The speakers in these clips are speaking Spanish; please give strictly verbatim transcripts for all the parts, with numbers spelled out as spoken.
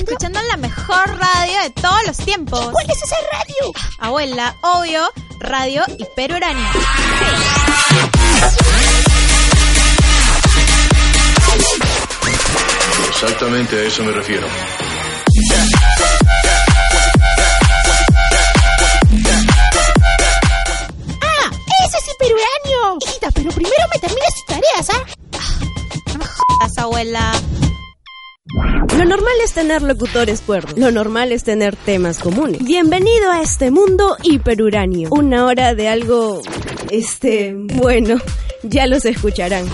escuchando la mejor radio de todos los tiempos. ¿Cuál es esa radio? Abuela, obvio, Radio Hiperuranio. Exactamente a eso me refiero. ¡Ah! ¡Ese es Hiperuranio! Hijita, pero primero me terminas tus tareas, ¿ah? No me jodas, abuela. Lo normal es tener locutores cuerdos. Lo normal es tener temas comunes. Bienvenido a este mundo hiperuranio. Una hora de algo... Este... Bueno, ya los escucharán.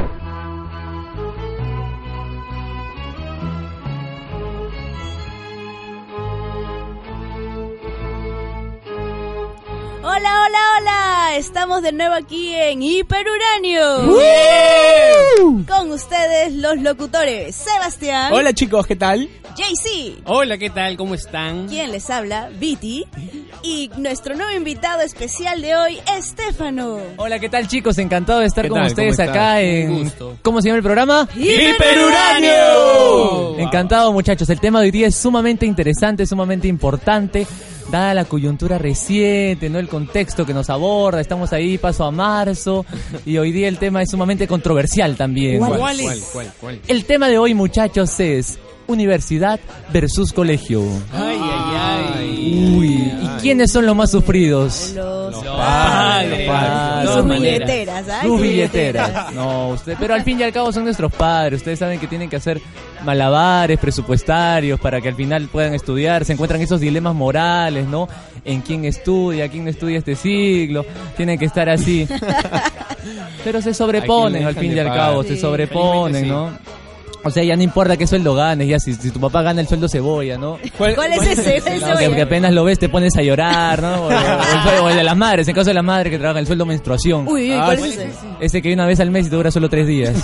Hola, hola, hola. Estamos de nuevo aquí en Hiperuranio. ¡Uh! Con ustedes los locutores Sebastián. Hola chicos, ¿qué tal? Jaycee. Hola, ¿qué tal? ¿Cómo están? ¿Quién les habla? Viti. Y nuestro nuevo invitado especial de hoy, Estefano. Hola, ¿qué tal chicos? Encantado de estar ¿Qué con tal? ustedes ¿Cómo acá estás? en... Un gusto. ¿Cómo se llama el programa? ¡Hiperuranio! Encantado muchachos, el tema de hoy día es sumamente interesante, sumamente importante. Dada la coyuntura reciente, ¿no? El contexto que nos aborda, estamos ahí paso a marzo y hoy día el tema es sumamente controversial también. ¿Cuál, ¿Cuál, es? cuál, cuál, cuál? El tema de hoy muchachos es universidad versus colegio. Ay, ay, ay. Uy, ¿y quiénes son los más sufridos? Los, Los padres. y padres. De sus todas maneras. billeteras, ¿ah? Sus billeteras. No, usted, pero al fin y al cabo son nuestros padres. Ustedes saben que tienen que hacer malabares presupuestarios para que al final puedan estudiar. Se encuentran esos dilemas morales, ¿no? En quién estudia, quién no estudia este siglo. Tienen que estar así. Pero se sobreponen al fin y al cabo, Sí. se sobreponen, ¿no? O sea, ya no importa qué sueldo ganes, ya si, si tu papá gana el sueldo cebolla, ¿no? ¿Cuál es ese? Ese No, que, oye. que apenas lo ves te pones a llorar, ¿no? O, o el, o el de las madres, en caso de las madres que trabajan el sueldo menstruación. Uy, uy, Ah, ¿cuál sí, es ese? Ese que viene una vez al mes y te dura solo tres días.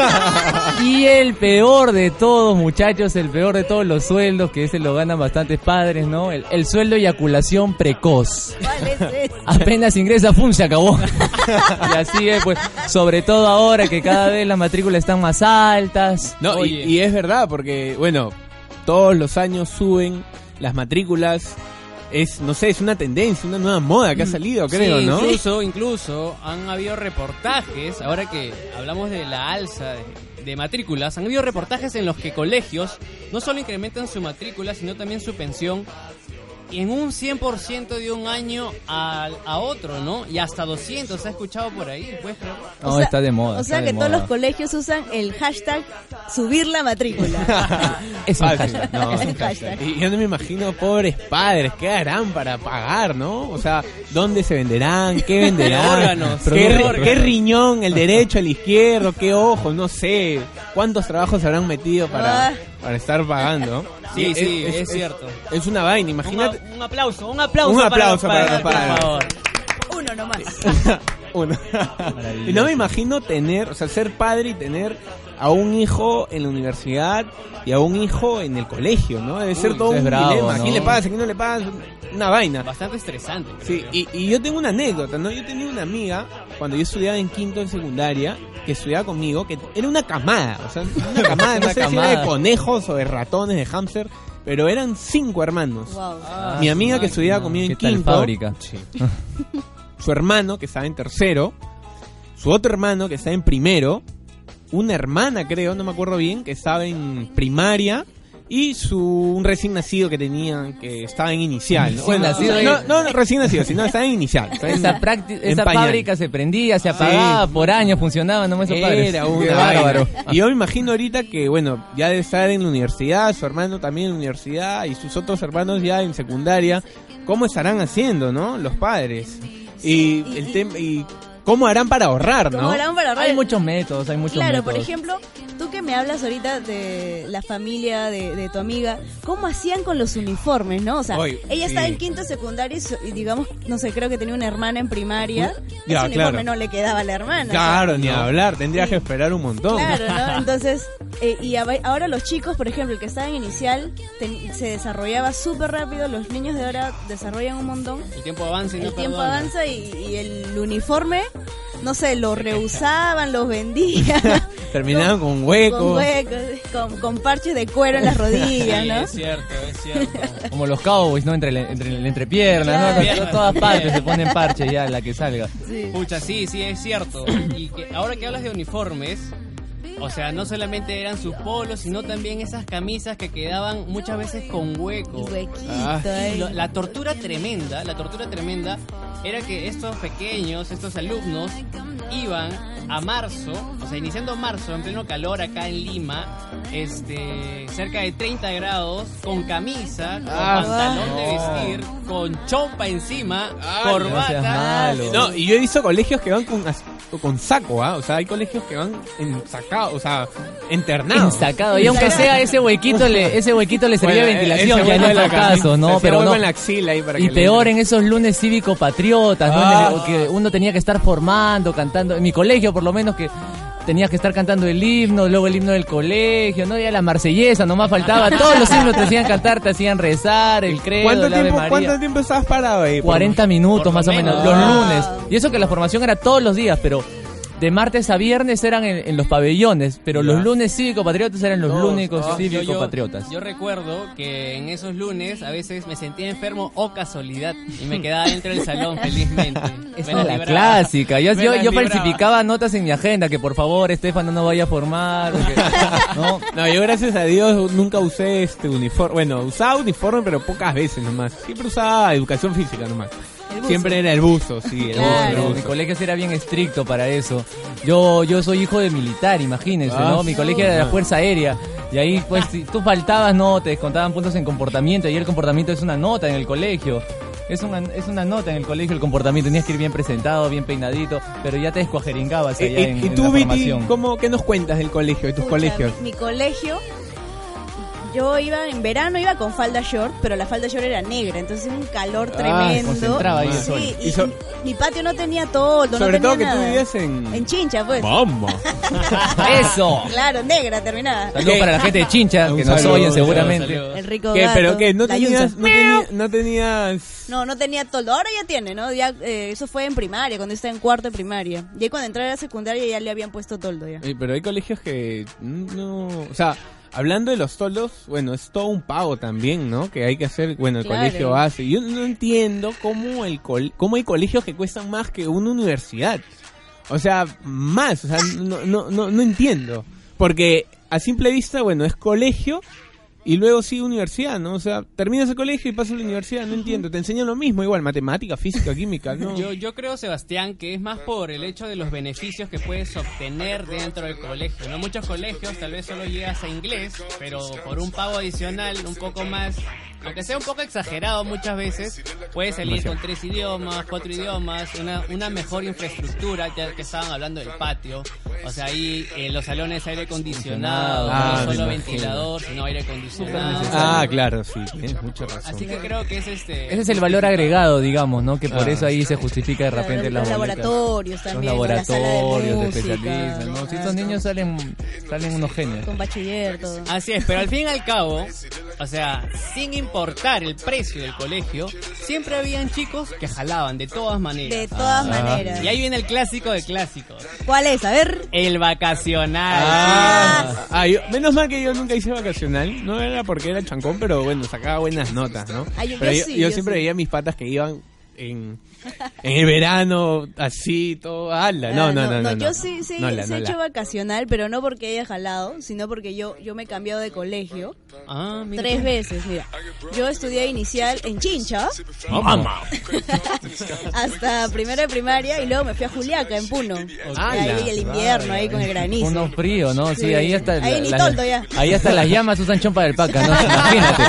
Y el peor de todos, muchachos, el peor de todos los sueldos, que ese lo ganan bastantes padres, ¿no? El, el sueldo de eyaculación precoz. ¿Cuál es ese? Apenas ingresa, ¡pum!, se acabó. Y así es, pues, sobre todo ahora que cada vez las matrículas están más altas. No, y, Oye. y es verdad, porque, bueno, todos los años suben las matrículas. Es, no sé, es una tendencia, una nueva moda que ha salido, creo, Sí, ¿no? Incluso, incluso han habido reportajes, ahora que hablamos de la alza de, de matrículas, han habido reportajes en los que colegios no solo incrementan su matrícula, sino también su pensión en un cien por ciento de un año a, a otro, ¿no? Y hasta doscientos, ¿se ha escuchado por ahí? ¿Puedes creer? No, O sea- está de moda. O sea está que de todos moda. los colegios usan el hashtag subir la matrícula. Es un Fácil, hashtag. no. Es un hashtag. Y yo no me imagino, pobres padres, ¿qué harán para pagar, no? O sea, ¿dónde se venderán? ¿Qué venderán? Órganos, ¿Qué, ri- órganos. qué riñón? ¿El derecho, el izquierdo? ¿Qué ojo? No sé. ¿Cuántos trabajos se habrán metido para, Ah. para estar pagando? Sí, Y sí, es cierto. Es una vaina, imagínate. Un, un aplauso, un aplauso. Un aplauso para, para los por padres. favor. Uno nomás. Uno. Y no me imagino tener, o sea, ser padre y tener a un hijo en la universidad y a un hijo en el colegio, ¿no? Debe ser Uy, todo es un bravo, dilema. ¿A ¿no? quién le pasa? ¿A quién no le pasa? Una vaina. Bastante estresante. creo Sí, yo. y, y yo tengo una anécdota, ¿no? Yo tenía una amiga, cuando yo estudiaba en quinto de secundaria, que estudiaba conmigo, que era una camada, o sea, una camada, no Una sé si era camada. de conejos o de ratones, de hámster, pero eran cinco hermanos. Wow. Ah, Mi amiga su que estudiaba máquina. conmigo en ¿Qué tal quinto, fábrica? su hermano que estaba en tercero, su otro hermano que estaba en primero, una hermana creo, no me acuerdo bien, que estaba en primaria y su un recién nacido que tenía que estaba en inicial. ¿no? Recién nacido, no, eh. no, no, no recién nacido, sino estaba en inicial. estaba en- Esa, prácti- en esa pañal. fábrica se prendía, se apagaba Sí. por años, funcionaba, no me esos padres. Era Qué una bárbaro. vaina. Y yo me imagino ahorita que, bueno, ya debe estar en la universidad, su hermano también en la universidad y sus otros hermanos ya en secundaria. ¿Cómo estarán haciendo, no? Los padres. Y el tema y cómo harán para ahorrar, ¿Cómo ¿no? harán para ahorrar? Hay muchos métodos, hay muchos Claro, métodos. por ejemplo, tú que me hablas ahorita de la familia de, de tu amiga, ¿cómo hacían con los uniformes, no? O sea, Oy, ella sí. estaba en quinto secundario y, su- y digamos, no sé, creo que tenía una hermana en primaria. Ya, Ese uniforme claro. no le quedaba a la hermana. Claro, o sea, ni no. hablar, tendría Sí. que esperar un montón. Claro, ¿no? Entonces, eh, y a- ahora los chicos, por ejemplo, el que estaba en inicial, ten- se desarrollaba súper rápido, los niños de ahora desarrollan un montón, El tiempo avanza y no el tiempo perdona. avanza y, y el uniforme, no sé, lo reusaban, los vendían. Terminaban con huecos. Con huecos, con, con parches de cuero en las rodillas, Sí, ¿no? es cierto, es cierto. Como los cowboys, ¿no? Entre, la- entre la entrepiernas, ¿no? Claro. En todas partes se ponen parches ya, la que salga. Pucha, sí, sí, es cierto. Y que ahora que hablas de uniformes, o sea, no solamente eran sus polos, sino también esas camisas que quedaban muchas veces con hueco. Y huequito Ah. ahí. Lo- La tortura tremenda, la tortura tremenda era que estos pequeños, estos alumnos, iban a marzo, o sea, iniciando marzo, en pleno calor acá en Lima, este, cerca de treinta grados, con camisa, con Ah, pantalón de no. vestir, con chompa encima, Ah, no seas corbata. malo. No, y yo he visto colegios que van con, as- con saco, ¿ah? O sea, hay colegios que van ensacados, o sea, internados. Ensacado. Y aunque sea ese huequito, le, ese huequito le servía de Bueno, ventilación, ese ya hueco no de la es camisa, caso, ¿no? ese Pero hueco no. en la axila ahí para Y que peor le- en esos lunes cívico-patriotas, ¿no? Ah. En el que uno tenía que estar formando, cantando. En mi colegio, por lo menos, que tenía que estar cantando el himno, luego el himno del colegio, ¿no? Ya la marsellesa, nomás faltaba. Todos los himnos te hacían cantar, te hacían rezar, el credo, ¿Cuánto el Ave tiempo, María. ¿Cuánto tiempo estabas parado ahí? cuarenta minutos por lo más o menos, menos. los Ah. lunes. Y eso que la formación era todos los días, pero de martes a viernes eran en, en los pabellones, pero Ya. los lunes cívico-patriotas eran los Todos. únicos Ah. Yo, yo- cívico-patriotas. yo recuerdo que en esos lunes a veces me sentía enfermo o casualidad y me quedaba dentro del salón felizmente. Esa Me es las la libraba. clásica. Yo, Me yo, las yo libraba. falsificaba notas en mi agenda que por favor Estefano no vaya a formar. porque- ¿no? No, yo gracias a Dios nunca usé este uniforme. Bueno, usaba uniforme, pero pocas veces nomás. Siempre usaba educación física nomás. Siempre era el buzo, sí, el Claro. buzo, el No, buzo. mi colegio sí era bien estricto para eso. Yo yo soy hijo de militar, imagínense, Ah, ¿no? Mi sí. colegio era de la Fuerza Aérea. Y ahí, pues, si tú faltabas, no, te descontaban puntos en comportamiento. Y el comportamiento es una nota en el colegio. Es una, es una nota en el colegio el comportamiento. Tenías que ir bien presentado, bien peinadito. Pero ya te descuajeringabas ¿Y, allá y- en, y en tú, la Viti, formación. ¿cómo, qué nos cuentas del colegio, de tus Pucha, colegios? Mi, mi colegio, yo iba en verano, iba con falda short, pero la falda short era negra, entonces un calor Ah, tremendo. concentraba ahí el Sí, sol. y, Y so- y mi patio no tenía toldo, no Sobre tenía todo que nada. tú vivías en... En Chincha, pues. ¡Vamos! ¡Eso! Claro, negra terminada. Saludos ¿Qué? para la gente de Chincha, Un que nos saludo, oyen un seguramente. saludo. El rico ¿Qué? gato, ¿Pero qué? ¿No la tenías, yunza. no, tenía- no tenías... No, no tenía toldo. Ahora ya tiene, ¿no? Ya, eh, eso fue en primaria, cuando estaba en cuarto de primaria. Y ahí cuando entré a la secundaria ya le habían puesto toldo ya. Eh, Pero hay colegios que no... O sea, hablando de los toldos, bueno, es todo un pago también, ¿no? Que hay que hacer, bueno, el Claro. colegio hace. Yo no entiendo cómo, el col cómo hay colegios que cuestan más que una universidad. O sea, más, o sea, no, no, no, no entiendo. Porque a simple vista, bueno, es colegio y luego sí universidad, ¿no? O sea, terminas el colegio y pasas a la universidad, no entiendo. Te enseñan lo mismo, igual, matemática, física, química, ¿no? Yo, yo creo, Sebastián, que es más por el hecho de los beneficios que puedes obtener dentro del colegio. ¿No? Muchos colegios tal vez solo llegas a inglés, pero por un pago adicional un poco más, aunque sea un poco exagerado muchas veces, puedes salir con tres idiomas, cuatro idiomas, una, una mejor infraestructura, ya que estaban hablando del patio. O sea, ahí en los salones aire acondicionado, Ah, no me solo imagino. ventilador, sino aire acondicionado. Ah, claro, sí, tienes mucha razón. Así que creo que es este... Ese es el valor agregado, digamos, ¿no? Que por Ah. eso ahí se justifica de repente Los las boletas. laboratorios Los también, ¿no? La sala de laboratorios de música, especialistas, ¿no? Si estos ah, niños salen, salen unos genios. con bachiller, todo. Así es, pero al fin y al cabo, o sea, sin importar el precio del colegio, siempre habían chicos que jalaban de todas maneras. De todas Ah. maneras. Y ahí viene el clásico de clásicos, ¿Cuál es? A ver. el vacacional. Ah, ah, yo- menos mal que yo nunca hice vacacional. No era porque era chancón, pero bueno, sacaba buenas notas, ¿no? Ah, yo- pero yo yo, sí, yo yo siempre sí. veía a mis patas que iban en, en el verano, así, todo. ¡Hala! No, Ah, no, no, no. no. Yo sí, sí, No la, sí no he la. hecho vacacional, pero no porque haya jalado, sino porque yo, yo me he cambiado de colegio Ah, mira tres tú. veces. Mira, yo estudié inicial en Chincha Mamá. hasta primero de primaria y luego me fui a Juliaca, en Puno. Ah, Ahí la- el invierno, ahí con el granizo. Uno frío, ¿no? Sí, Sí. ahí hasta... Ahí ni toldo ya. Ahí hasta las llamas usan chompa del paca, ¿no? Imagínate.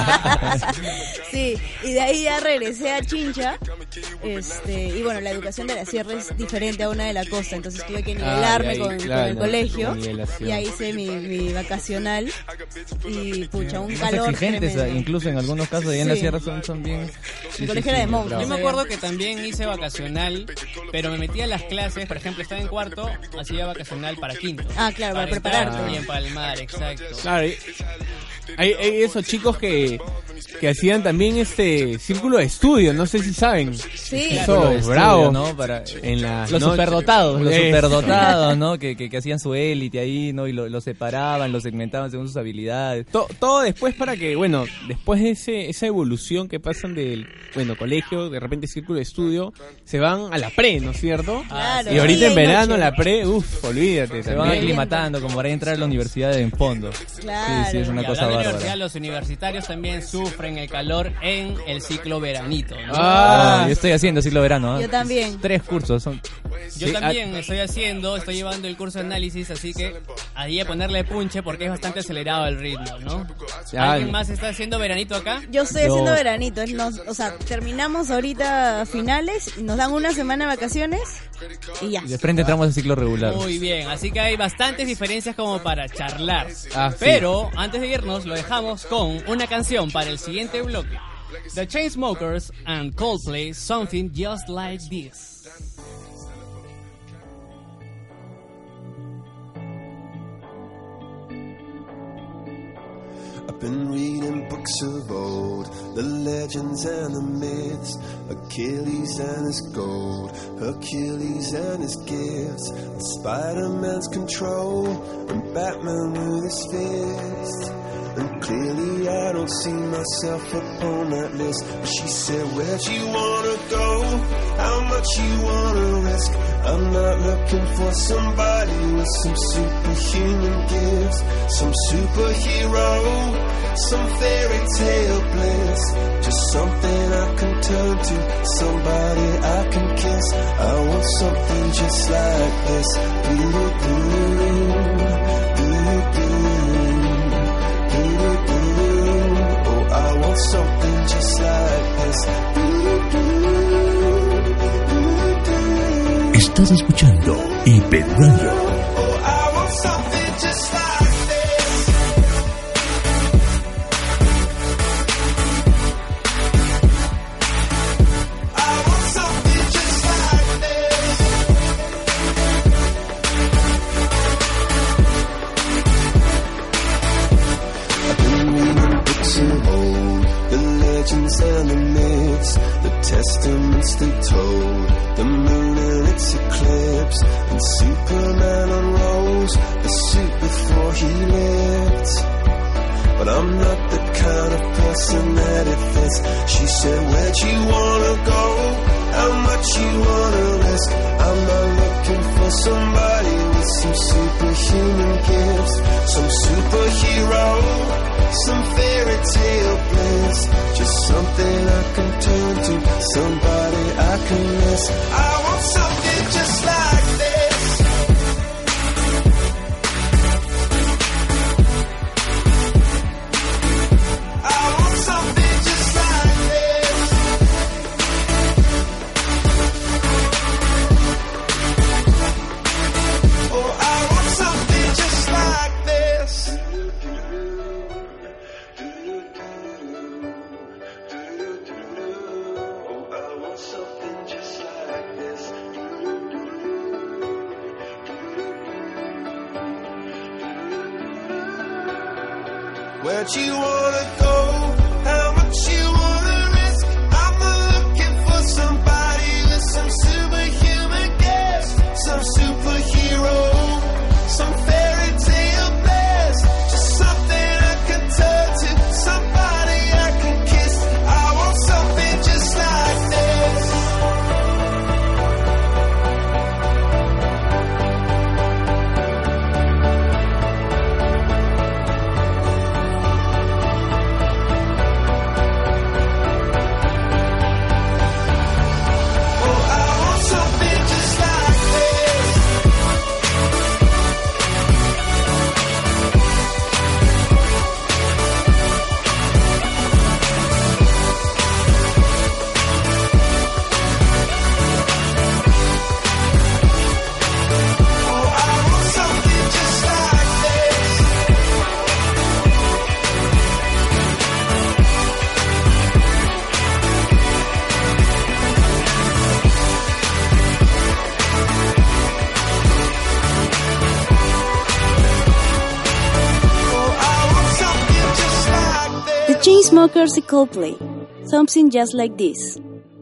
Sí, y de ahí ya regresé a Chincha. Este, y bueno, la educación de la sierra es diferente a una de la costa, entonces tuve que nivelarme Ah, y ahí, con, claro, con el colegio. nivelación. Y ahí hice mi, mi vacacional. Y pucha, un Más calor exigentes, tremendo. incluso en algunos casos, ahí en la Sí. sierra son, son bien... Mi colegio era de monjas. Yo me acuerdo que también hice vacacional, pero me metía a las clases, por ejemplo, estaba en cuarto, hacía vacacional para quinto. Ah, claro, para estar prepararte. y empalmar, exacto. Claro, y- hay, hay esos chicos que que hacían también este círculo de estudio, no sé si saben. Sí. Eso, Estudio, bravo. ¿no? Para, En la los noche. superdotados, los Eso. superdotados, ¿no? Que, que, que hacían su élite ahí, ¿no? Y lo, lo separaban, lo segmentaban según sus habilidades. To- todo después para que, bueno, después de ese, esa evolución que pasan del, bueno, colegio, de repente círculo de estudio, se van a la pre, ¿no es cierto? Claro. Y ahorita Día en y verano noche. la pre, uff, olvídate. Se van también. aclimatando como para entrar a la universidad en fondo. Claro. Sí, sí, es una Y cosa hablando de bárbara. universidad, los universitarios también sufren el calor en el ciclo veranito, ¿no? Ah, Ah, yo estoy haciendo ciclo verano, ¿eh? Yo también. Tres cursos, son Yo sí, también estoy haciendo, estoy llevando el curso de análisis, así que ahí a ponerle punche porque es bastante acelerado el ritmo, ¿no? Ya. ¿Alguien más está haciendo veranito acá? Yo estoy Yo- haciendo veranito, es nos- o sea, terminamos ahorita finales, nos dan una semana de vacaciones y ya. y de frente entramos al ciclo regular. Muy bien, así que hay bastantes diferencias como para charlar. Ah, sí. Pero antes de irnos lo dejamos con una canción para el siguiente bloque. The Chainsmokers and Coldplay, Something Just Like This. I've been reading books of old, the legends and the myths, Achilles and his gold, Hercules and his gifts, and Spider-Man's control, and Batman with his fist. And clearly I don't see myself upon that list. But she said, where'd you wanna go? How much you wanna risk? I'm not looking for somebody with some superhuman gifts, some superhero, some fairy tale bliss. Just something I can turn to, somebody I can kiss. I want something just like this. Doo-doo-doo, doo-doo-doo. Oh, I want something just like this. Estás escuchando Hiperradio. Oh, I want something just like this. I want something just like this. I've been reading books of old, the legends and the myths, the testaments they told, the moon and its eclipse, and Superman unrolls the suit before he lived. But I'm not the kind of person that it fits. She said, where'd you wanna go? How much you wanna risk? I'm not looking for somebody with some superhuman gifts, some superhero, some fairy tale bliss. Just something I can turn to, somebody I can miss. I want something just like this. I want something just like this. Oh, I want something just like this. Oh, I want something just like this. Where'd you wanna go? How much you wanna risk? I'm not looking for somebody with some superhuman gifts, some superhero, some fairy tale bliss. Just something I can turn to, somebody I can kiss. I want something just like this. Chainsmokers y Coldplay. Something Just Like This.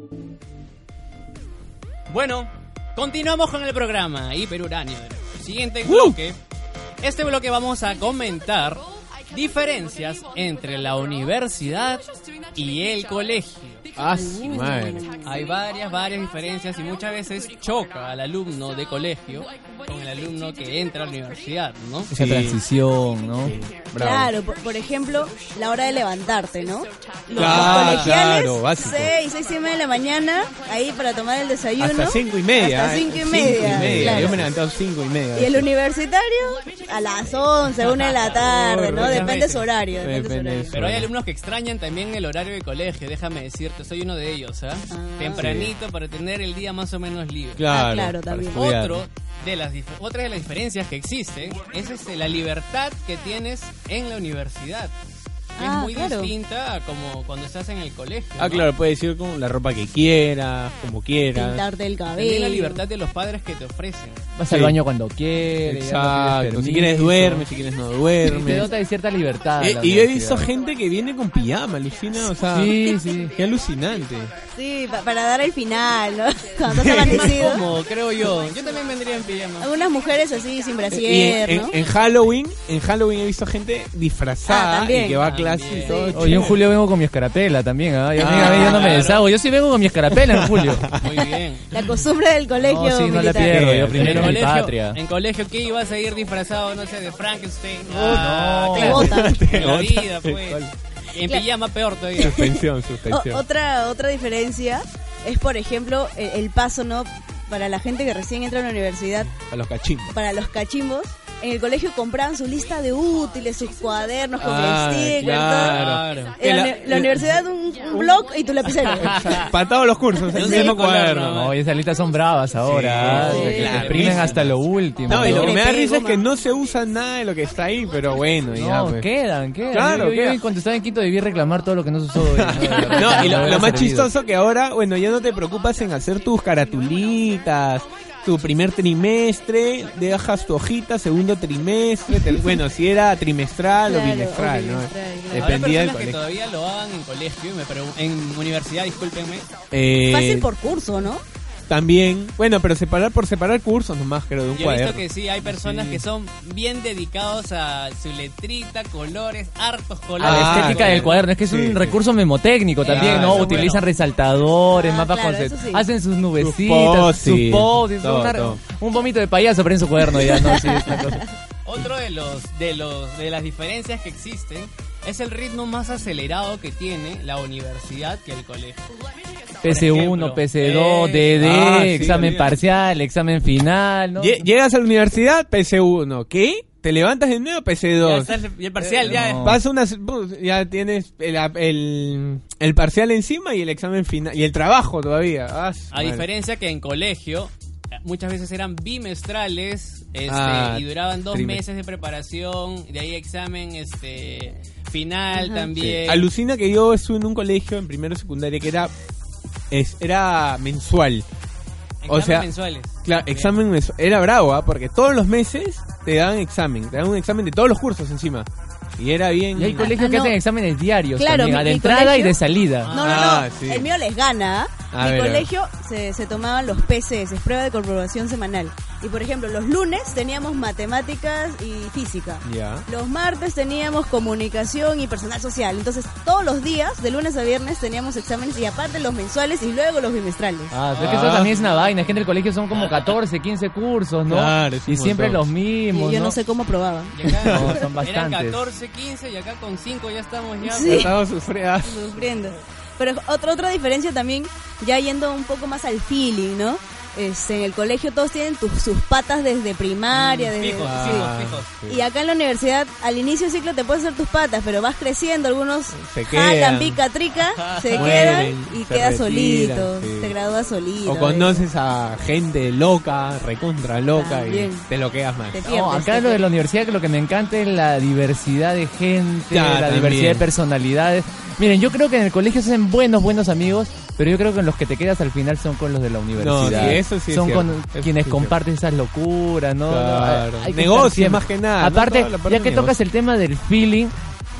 Bueno, continuamos con el programa Hiperuranio. Siguiente bloque. Este bloque vamos a comentar diferencias entre la universidad y el colegio. Ah, sí, madre. Hay varias, varias diferencias y muchas veces choca al alumno de colegio con el alumno que entra a la universidad, ¿no? Esa Sí. transición, ¿no? Sí, bravo. Claro, por, por ejemplo, la hora de levantarte, ¿no? Los, Claro, los colegiales, claro, básico. seis, seis y media de la mañana, ahí para tomar el desayuno. Hasta cinco y media. Hasta eh. cinco y media, claro. Yo me he levantado cinco y media. Y el universitario a las once, una de la tarde, ¿no? Muchas Depende de veces. su horario. Depende de su Depende de horario. su Pero hay alumnos que extrañan también el horario de colegio, déjame decirte, soy uno de ellos, ¿ah? Ah. Tempranito para tener el día más o menos libre. Claro, Ah, claro, para también. estudiar. Otro de las dif- otra de las diferencias que existen es este, la libertad que tienes en la universidad. Ah, es muy claro. distinta a como cuando estás en el colegio. Ah, ¿no? claro, puedes ir con la ropa que quieras, como quieras. Pintarte el cabello. También la libertad de los padres que te ofrecen. Vas Sí. al baño cuando quieres. ya no pides Exacto. Si permiso. quieres duermes, si quieres no Sí, te duermes. dota de cierta libertad. Eh, la y yo he universidad. visto gente que viene con pijama, alucina, o sea, Sí, sí. qué alucinante. Sí, pa- para dar el final, ¿no? Cuando estás amanecido. Como creo yo. Yo también vendría en pijama. Algunas mujeres así, sin Y brasier, en, ¿no? en Halloween, en Halloween he visto gente disfrazada Ah, también. y que va a clase y También. todo. Sí. Oye, en julio vengo con mi escarapela también, ¿ah? Yo, Ah, a mí yo no me claro. deshago. Yo sí vengo con mi escarapela en julio. Muy bien. La costumbre del colegio No, sí, no la militar. pierdo. Yo En primero mi colegio, patria. en colegio, ¿qué ibas a ir disfrazado, no sé, de Frankenstein? no. Ah, Te claro. botan. En la Te vida, botan. pues. En Claro. pijama peor todavía. Suspensión, O- suspensión. otra otra diferencia es, por ejemplo, el, el paso, ¿no? Para la gente que recién entra a la universidad, A los cachimbos. para los cachimbos, en el colegio compraban su lista de útiles, sus cuadernos con Ah, stickers, claro. todo. En la, La- la universidad un, un blog y tu lapicero. Para todos los cursos, el Yo mismo sé color, cuaderno. ¿no? Oye, esas listas son bravas ahora. Sí, ¿ah? Que claro. te exprimen hasta lo último. No, y lo que me da Crepe, risa es goma. que no se usa nada de lo que está ahí, pero bueno, ya No, pues. quedan, quedan. Claro, yo, yo, queda. yo cuando estaba en quinto debí reclamar todo lo que no se usó. hoy, ¿no? De verdad, No, y lo, me lo hubiera más servido. chistoso que ahora, bueno, ya no te preocupas en hacer tus caratulitas, tu primer trimestre, dejas tu hojita, segundo trimestre, te- bueno, si era trimestral o Claro, bimestral, o ¿no? bimestral, claro. Habrá Dependía del personas que colegio. todavía lo hagan en colegio, me pregun- en universidad, discúlpenme. Eh, Fácil por curso, ¿no? También, bueno, pero separar por separar cursos nomás, creo, de un Yo he cuaderno. visto que sí, hay personas Sí. que son bien dedicados a su letrita, colores, hartos A colores. la Ah, estética sí. del cuaderno, es que es Sí, un sí. recurso memotécnico también, Ah, ¿no? eso Utilizan bueno. resaltadores, Ah, mapas claro, concept- eso sí. hacen sus nubecitas, posts, sus sí. posts, Todo, una- todo. un vómito de payaso, pero en su cuaderno ya, ¿no? Sí, es una cosa. Otro de los de los de las diferencias que existen es el ritmo más acelerado que tiene la universidad que el colegio. P C uno, ejemplo, P C dos, eh, D D, ah, sí, examen olvídate. parcial, examen final, ¿no? Lle- Llegas a la universidad, P C uno, ¿qué? Te levantas de nuevo, P C Ya dos. está el, y el parcial ya no. Pasa unas, pues, ya tienes el, el, el parcial encima y el examen final y el trabajo todavía. Ah, su A madre. diferencia que en colegio eh, muchas veces eran bimestrales este, Ah, y duraban dos trimest- meses de preparación, de ahí examen este final Ajá. también. Alucina que yo estuve en un colegio en primero de secundaria que era es, era mensual. Examen o sea, mensuales. Claro, examen mensual. Era bravo, ¿ah? Porque todos los meses te daban examen, te daban un examen de todos los cursos encima. Y era bien. Y hay colegios Ah, que no. hacen exámenes diarios Claro, también, mi- a de mi entrada y colegio- de salida. No, no, no. Ah, sí. El mío les gana. ¿ah? A Mi ver, a ver. colegio se, se tomaban los P C S, prueba de comprobación semanal. Y por ejemplo, los lunes teníamos matemáticas y física. Ya. Los martes teníamos comunicación y personal social. Entonces, todos los días, de lunes a viernes, teníamos exámenes y aparte los mensuales y luego los bimestrales. Ah, pero es que eso Ah. también es una vaina, es que en el colegio son como catorce, quince cursos, ¿no? Claro, es un y siempre montón. los mismos, y yo ¿no? no sé cómo probaban. Y acá No, son eran bastantes. catorce, quince y acá con cinco ya estamos ya. Sí. Estamos sufriendo. Sufriendo. Pero otra otra diferencia también, ya yendo un poco más al feeling, ¿no? Este, en el colegio todos tienen tus, sus patas desde primaria, desde, Fijos, sí. fijos, Ah, fijos. sí. Y acá en la universidad, al inicio del ciclo te puedes hacer tus patas, pero vas creciendo, algunos Se jalan, quedan. pica, trica, se Mueren, quedan y se quedas retiran, solito, sí. te gradúas solito. O conoces a gente loca, recontra loca También. y te lo quedas más. Te pierdes, No, acá te lo de pierdes. la universidad que lo que me encanta es la diversidad de gente, Ya, la también. diversidad de personalidades. Miren, yo creo que en el colegio se hacen buenos, buenos amigos, pero yo creo que en los que te quedas al final son con los de la universidad. sí, eso sí es Son cierto. con Eso quienes sí es comparten esas locuras, ¿no? Claro. Hay que Negocios estar siempre- más que nada, ¿no? Aparte, Toda la parte ya de que tocas negocio. el tema del feeling,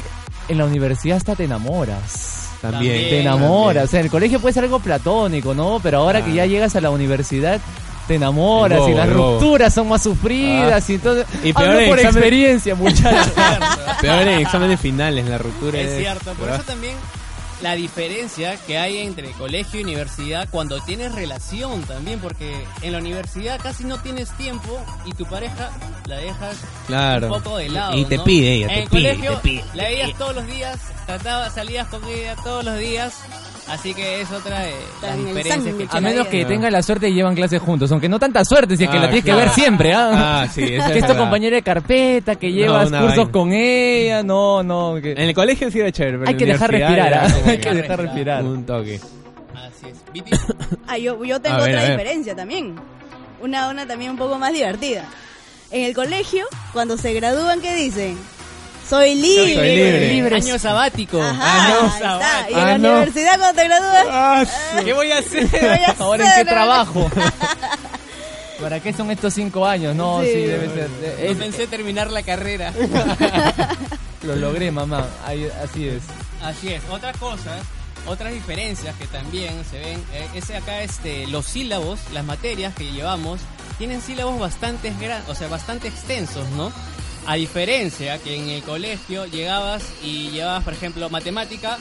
en la universidad hasta te enamoras. También. También. Te enamoras. También. O sea, en el colegio puede ser algo platónico, ¿no? Pero ahora Ah. que ya llegas a la universidad, te enamoras El bobo, y las el bobo. rupturas son más sufridas. Ah. Y entonces, Y peor hablo en por examen- experiencia, muchachos. Peor en exámenes finales, la ruptura Es es... cierto, por eso también la diferencia que hay entre colegio y universidad cuando tienes relación también, porque en la universidad casi no tienes tiempo y tu pareja la dejas Claro. un poco de lado. Y te ¿no? pide ella, En te el pide, colegio te pide, la te veías pide. todos los días, trataba, salías con ella todos los días, así que es otra de las en el diferencias que sándwich. A menos que Ah. tengan la suerte de llevan clases juntos, aunque no tanta suerte, si es que Ah, la tienes claro. que ver siempre, ¿ah? Ah, sí, eso que es es tu verdad. compañera de carpeta, que llevas una cursos vaina. con ella, no, no. que- En el colegio sí era chévere, pero Hay en que la dejar universidad respirar, era ¿ah? como Hay que dejar respirar. Un toque. Así es. Viti, Ah, yo, yo tengo A ver, otra a ver. diferencia también. Una, una también un poco más divertida. En el colegio, cuando se gradúan, ¿qué dicen? Soy libre. Soy libre. año sabático. Ajá, año ahí está. sabático. Y en Ah, la no. universidad, cuando te gradúas, ¿Qué voy a hacer? ¿qué voy a Ahora en hacer? qué trabajo. ¿Para qué son estos cinco años? No, sí, Sí. debe ser. No Es- pensé terminar la carrera. lo logré, mamá. Ahí- así es. Así es. Otra cosa, otras diferencias que también se ven, eh, es acá este, los sílabos, las materias que llevamos, tienen sílabos bastante gran, o sea, bastante extensos, ¿no? A diferencia que en el colegio llegabas y llevabas, por ejemplo, matemática,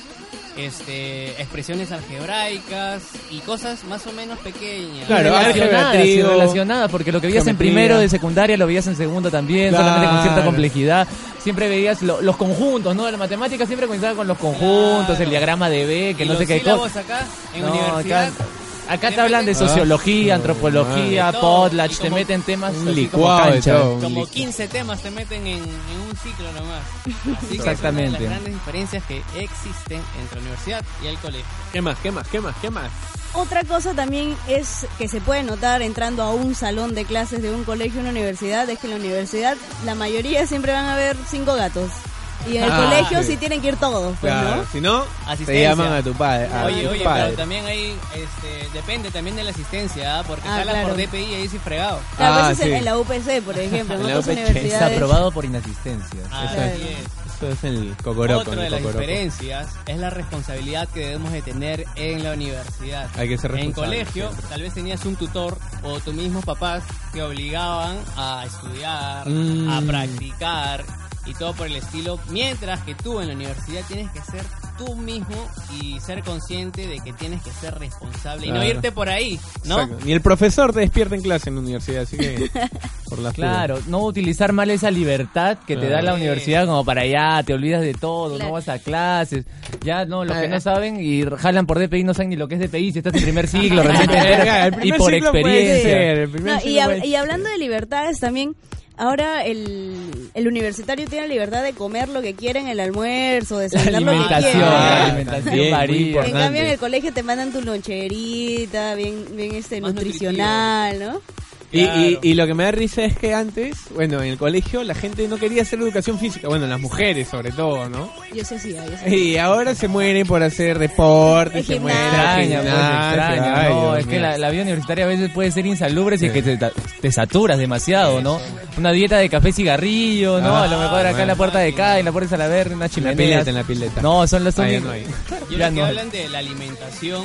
este, expresiones algebraicas y cosas más o menos pequeñas. Claro, álgebra, relacionadas, y trigo, relacionadas, porque lo que veías en geometría. primero de secundaria lo veías en segundo también, Claro. solamente con cierta complejidad. Siempre veías lo- los conjuntos, ¿no? La matemática siempre comenzaba con los conjuntos, Claro. el diagrama de B, que Y no los sé qué sílabos cosa. acá en No, universidad. acá, acá te hablan de Ah. sociología, antropología, De todo, potlatch, y te como meten temas un así como licuado de cancha. todo. Como Listo. quince temas te meten en, en un ciclo nomás. Así que Exactamente. es una de las grandes diferencias que existen entre la universidad y el colegio. ¿Qué más? ¿Qué más? ¿Qué más? ¿Qué más? Otra cosa también es que se puede notar entrando a un salón de clases de un colegio o una universidad, es que en la universidad la mayoría siempre van a haber cinco gatos. Y en el Ah, colegio sí. sí tienen que ir todos, pues, Claro, ¿no? si no, te Asistencia. llaman a tu padre. a Oye, tu oye, padre. pero también hay, este, depende también de la asistencia, ¿ah? Porque Ah, jalas claro. por D P I y ahí sí fregado. Claro, Ah, eso es en- sí. en la U P C, por ejemplo, en En la otras U P C. universidades. Desaprobado por inasistencia. Así Claro. es. Eso es el cocoroco. Otra de el las cocoroco. diferencias es la responsabilidad que debemos de tener en la universidad. Hay que ser En responsable, colegio, siempre. tal vez tenías un tutor o tus mismos papás que obligaban a estudiar, Mm. a practicar y todo por el estilo, mientras que tú en la universidad tienes que ser tú mismo y ser consciente de que tienes que ser responsable y no Claro. irte por ahí, ¿no? Exacto. Ni el profesor te despierta en clase en la universidad, así que por las Claro, no utilizar mal esa libertad que te da la Claro. universidad como para ya, te olvidas de todo, Claro. no vas a clases, ya no, los que Ah, no ah. saben y jalan por D P I no saben ni lo que es D P I, si estás en primer ciclo, recién te Claro, enteras, el y primer por ciclo puede experiencia. ser, el primer No, y, ciclo hab- puede y ser. hablando de libertades también, ahora el, el universitario tiene la libertad de comer lo que quiere en el almuerzo, de La cenar lo que alimentación, quiere. la Ah, alimentación también, muy varía. En importante. cambio en el colegio te mandan tu loncherita, bien, bien este Más nutricional, ¿no? Y, Claro. y, y lo que me da risa es que antes, bueno, en el colegio la gente no quería hacer educación física, bueno, las mujeres sobre todo, ¿no? Yo sí hacía, yo sí. Y ahora se mueren por hacer deporte, El se gimnasio. mueren. Extraña, pues, gimnasia, extraña, ay, no, Dios es que mío. la, la vida universitaria a veces puede ser insalubre si es Sí. que te, ta- te saturas demasiado, ¿no? Una dieta de café y cigarrillo, ¿no? Ah, a lo mejor acá en la bueno. puerta de acá, en la puerta de Salaverry, una En la chimenea. pileta, en la pileta. No, son los Ah, ya únicos. no hay. Y Ya ahora que no hay. hablan de la alimentación,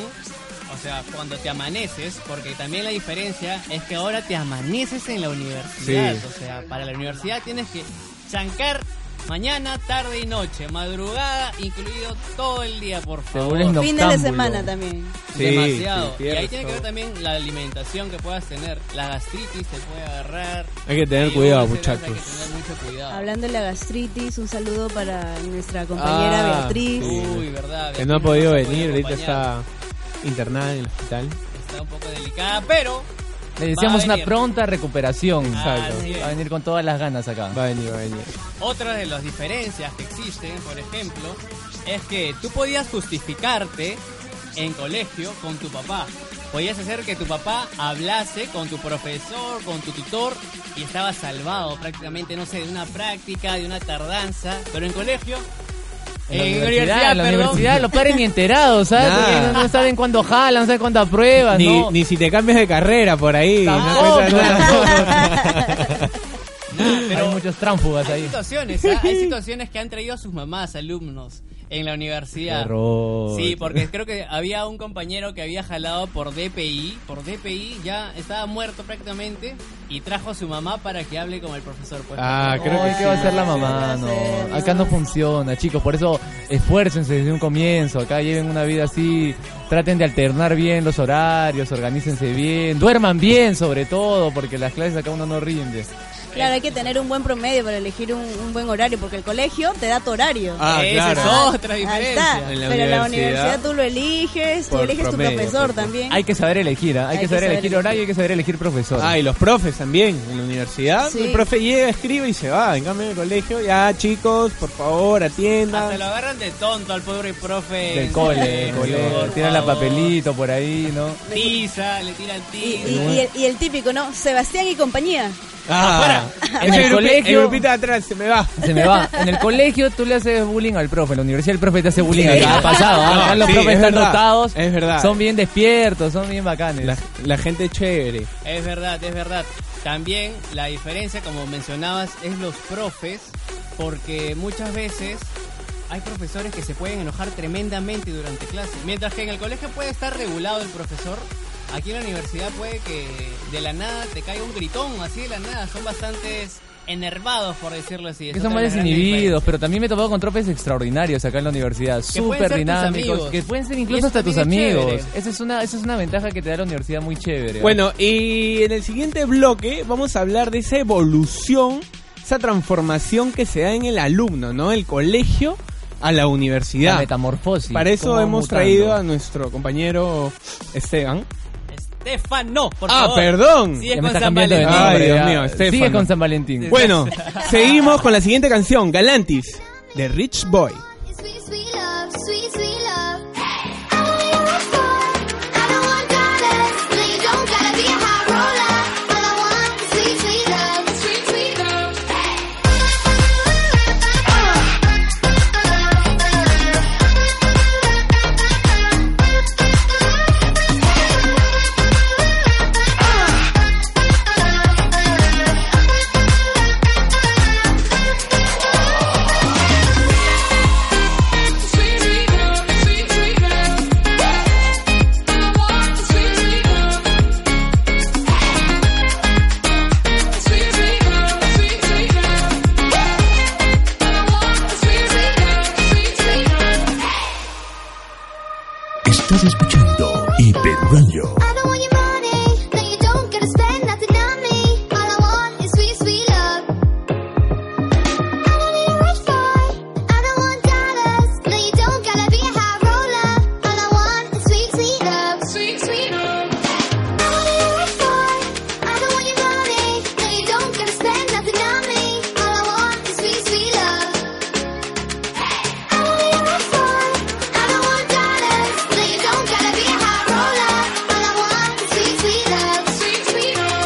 o sea, cuando te amaneces, porque también la diferencia es que ahora te amaneces en la universidad. Sí. O sea, para la universidad tienes que chancar mañana, tarde y noche, madrugada, incluido todo el día, por Te favor. vuelves Fines de noctámbulo. semana también. Sí, Demasiado. sí, y ahí cierto. tiene que ver también la alimentación que puedas tener. La gastritis te puede agarrar. Hay que tener Y cuidado, úlceras, muchachos. Hay que tener mucho cuidado. Hablando de la gastritis, un saludo para nuestra compañera Ah, Beatriz. sí. Uy, verdad. Que no ha Beatriz podido nos ha venir, ahorita acompañar. está internada en el hospital. Está un poco delicada, pero Le deseamos Va a una venir. pronta recuperación. Exacto. Así es. Va a venir con todas las ganas acá. Va a venir, va a venir. otra de las diferencias que existen, por ejemplo, es que tú podías justificarte en colegio con tu papá. Podías hacer que tu papá hablase con tu profesor, con tu tutor, y estaba salvado prácticamente, no sé, de una práctica, de una tardanza. Pero en colegio, En la en universidad, en la perdón. universidad los padres ni enterados, ¿sabes? Nada. Porque no, no saben cuándo jalan, no saben cuándo aprueban, Ni, ¿no? ni si te cambias de carrera por ahí. Tampoco. No cuenta nada. Nada, Pero hay muchos tránsfugas hay ahí. situaciones, ¿ah? Hay situaciones que han traído a sus mamás, alumnos, en la universidad. Error. Sí, porque creo que había un compañero que había jalado por D P I, por D P I ya estaba muerto prácticamente y trajo a su mamá para que hable con el profesor. Pues, Ah, porque- creo que ¿Qué sí. va a hacer la mamá? No, acá no funciona, chicos. Por eso esfuércense desde un comienzo. Acá lleven una vida así. Traten de alternar bien los horarios, organícense bien, duerman bien sobre todo, porque las clases acá uno no rinde. Claro, hay que tener un buen promedio para elegir un, un buen horario, porque el colegio te da tu horario. Ah, Esa claro. es otra Ahí diferencia. está. En la Pero en la universidad, universidad tú lo eliges, tú por eliges promedio, tu profesor por- también. Hay que saber elegir, ¿ah? hay, que saber elegir horario, hay que saber elegir profesor. Ah, y los profes también, en la universidad. Sí. El profe llega, escribe y se va. En cambio, en el colegio, ya chicos, por favor, Hasta atiendan. lo agarran de tonto al pobre profe. Del cole, del cole. Por Tiran la favor. papelito por ahí, ¿no? Tiza, le tiran Y, tiza. y- y el, y el típico, ¿no? Sebastián y compañía. Ah, En el grupi- colegio- el grupito de atrás se me va. Se me va. En el colegio tú le haces bullying al profe. En la universidad el profe te hace bullying. Sí. Acá ha pasado. ¿ah? No, Acá los sí, profes es están verdad, dotados. es verdad. Son bien despiertos, son bien bacanes. La, la gente chévere. Es verdad, es verdad. También la diferencia, como mencionabas, es los profes, porque muchas veces hay profesores que se pueden enojar tremendamente durante clase. Mientras que en el colegio puede estar regulado el profesor, aquí en la universidad puede que de la nada te caiga un gritón, así de la nada. Son bastantes enervados, por decirlo así. Es Que son otra más de las grandes desinhibidos, pero también me he topado con profes extraordinarios acá en la universidad, Que pueden súper ser tus dinámicos, amigos. que pueden ser Y incluso eso hasta tus también es amigos. chévere. Esa es una esa es una ventaja que te da la universidad muy chévere. ¿ah? Bueno, y en el siguiente bloque vamos a hablar de esa evolución, esa transformación que se da en el alumno, ¿no? El colegio a la la universidad. metamorfosis. Para eso cómo va hemos mutando. traído a nuestro compañero Esteban. Estefano, por Ah, favor. perdón. Sigue Ya me con está San cambiando de Valentín. Ay, nombre. Dios ya. mío, Estefano. Sigue con San Valentín. Bueno, seguimos con la siguiente canción, Galantis, de Rich Boy. Sweet, sweet love, sweet, sweet love. I want you to fall. I don't want dollars. No, you don't gotta be a high roller. All I want is sweet, sweet love, sweet, sweet love. Estás escuchando Hiperradio. I don't want your money. No, you don't gotta spend nothing on me. All I want is sweet, sweet love. I want you to rich boy. I don't want dollars. No, you don't gotta be a high roller. All I want is sweet, sweet love. Sweet, sweet love. I want you to rich boy. I don't want your money. No, you don't gotta spend nothing on me. All I want is sweet, sweet love. I want you to rich boy. I don't want dollars. No, you don't gotta be a high roller. All I want is sweet, sweet love. Sweet, sweet love.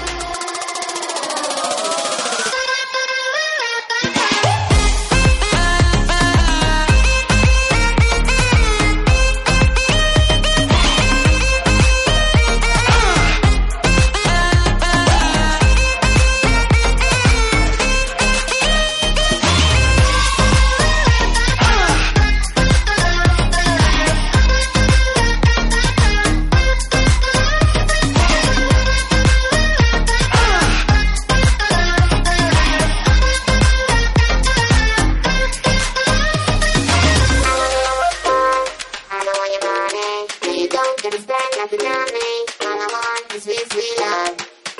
I don't want your money. No, you don't gotta spend nothing on me. All I want is sweet, sweet love.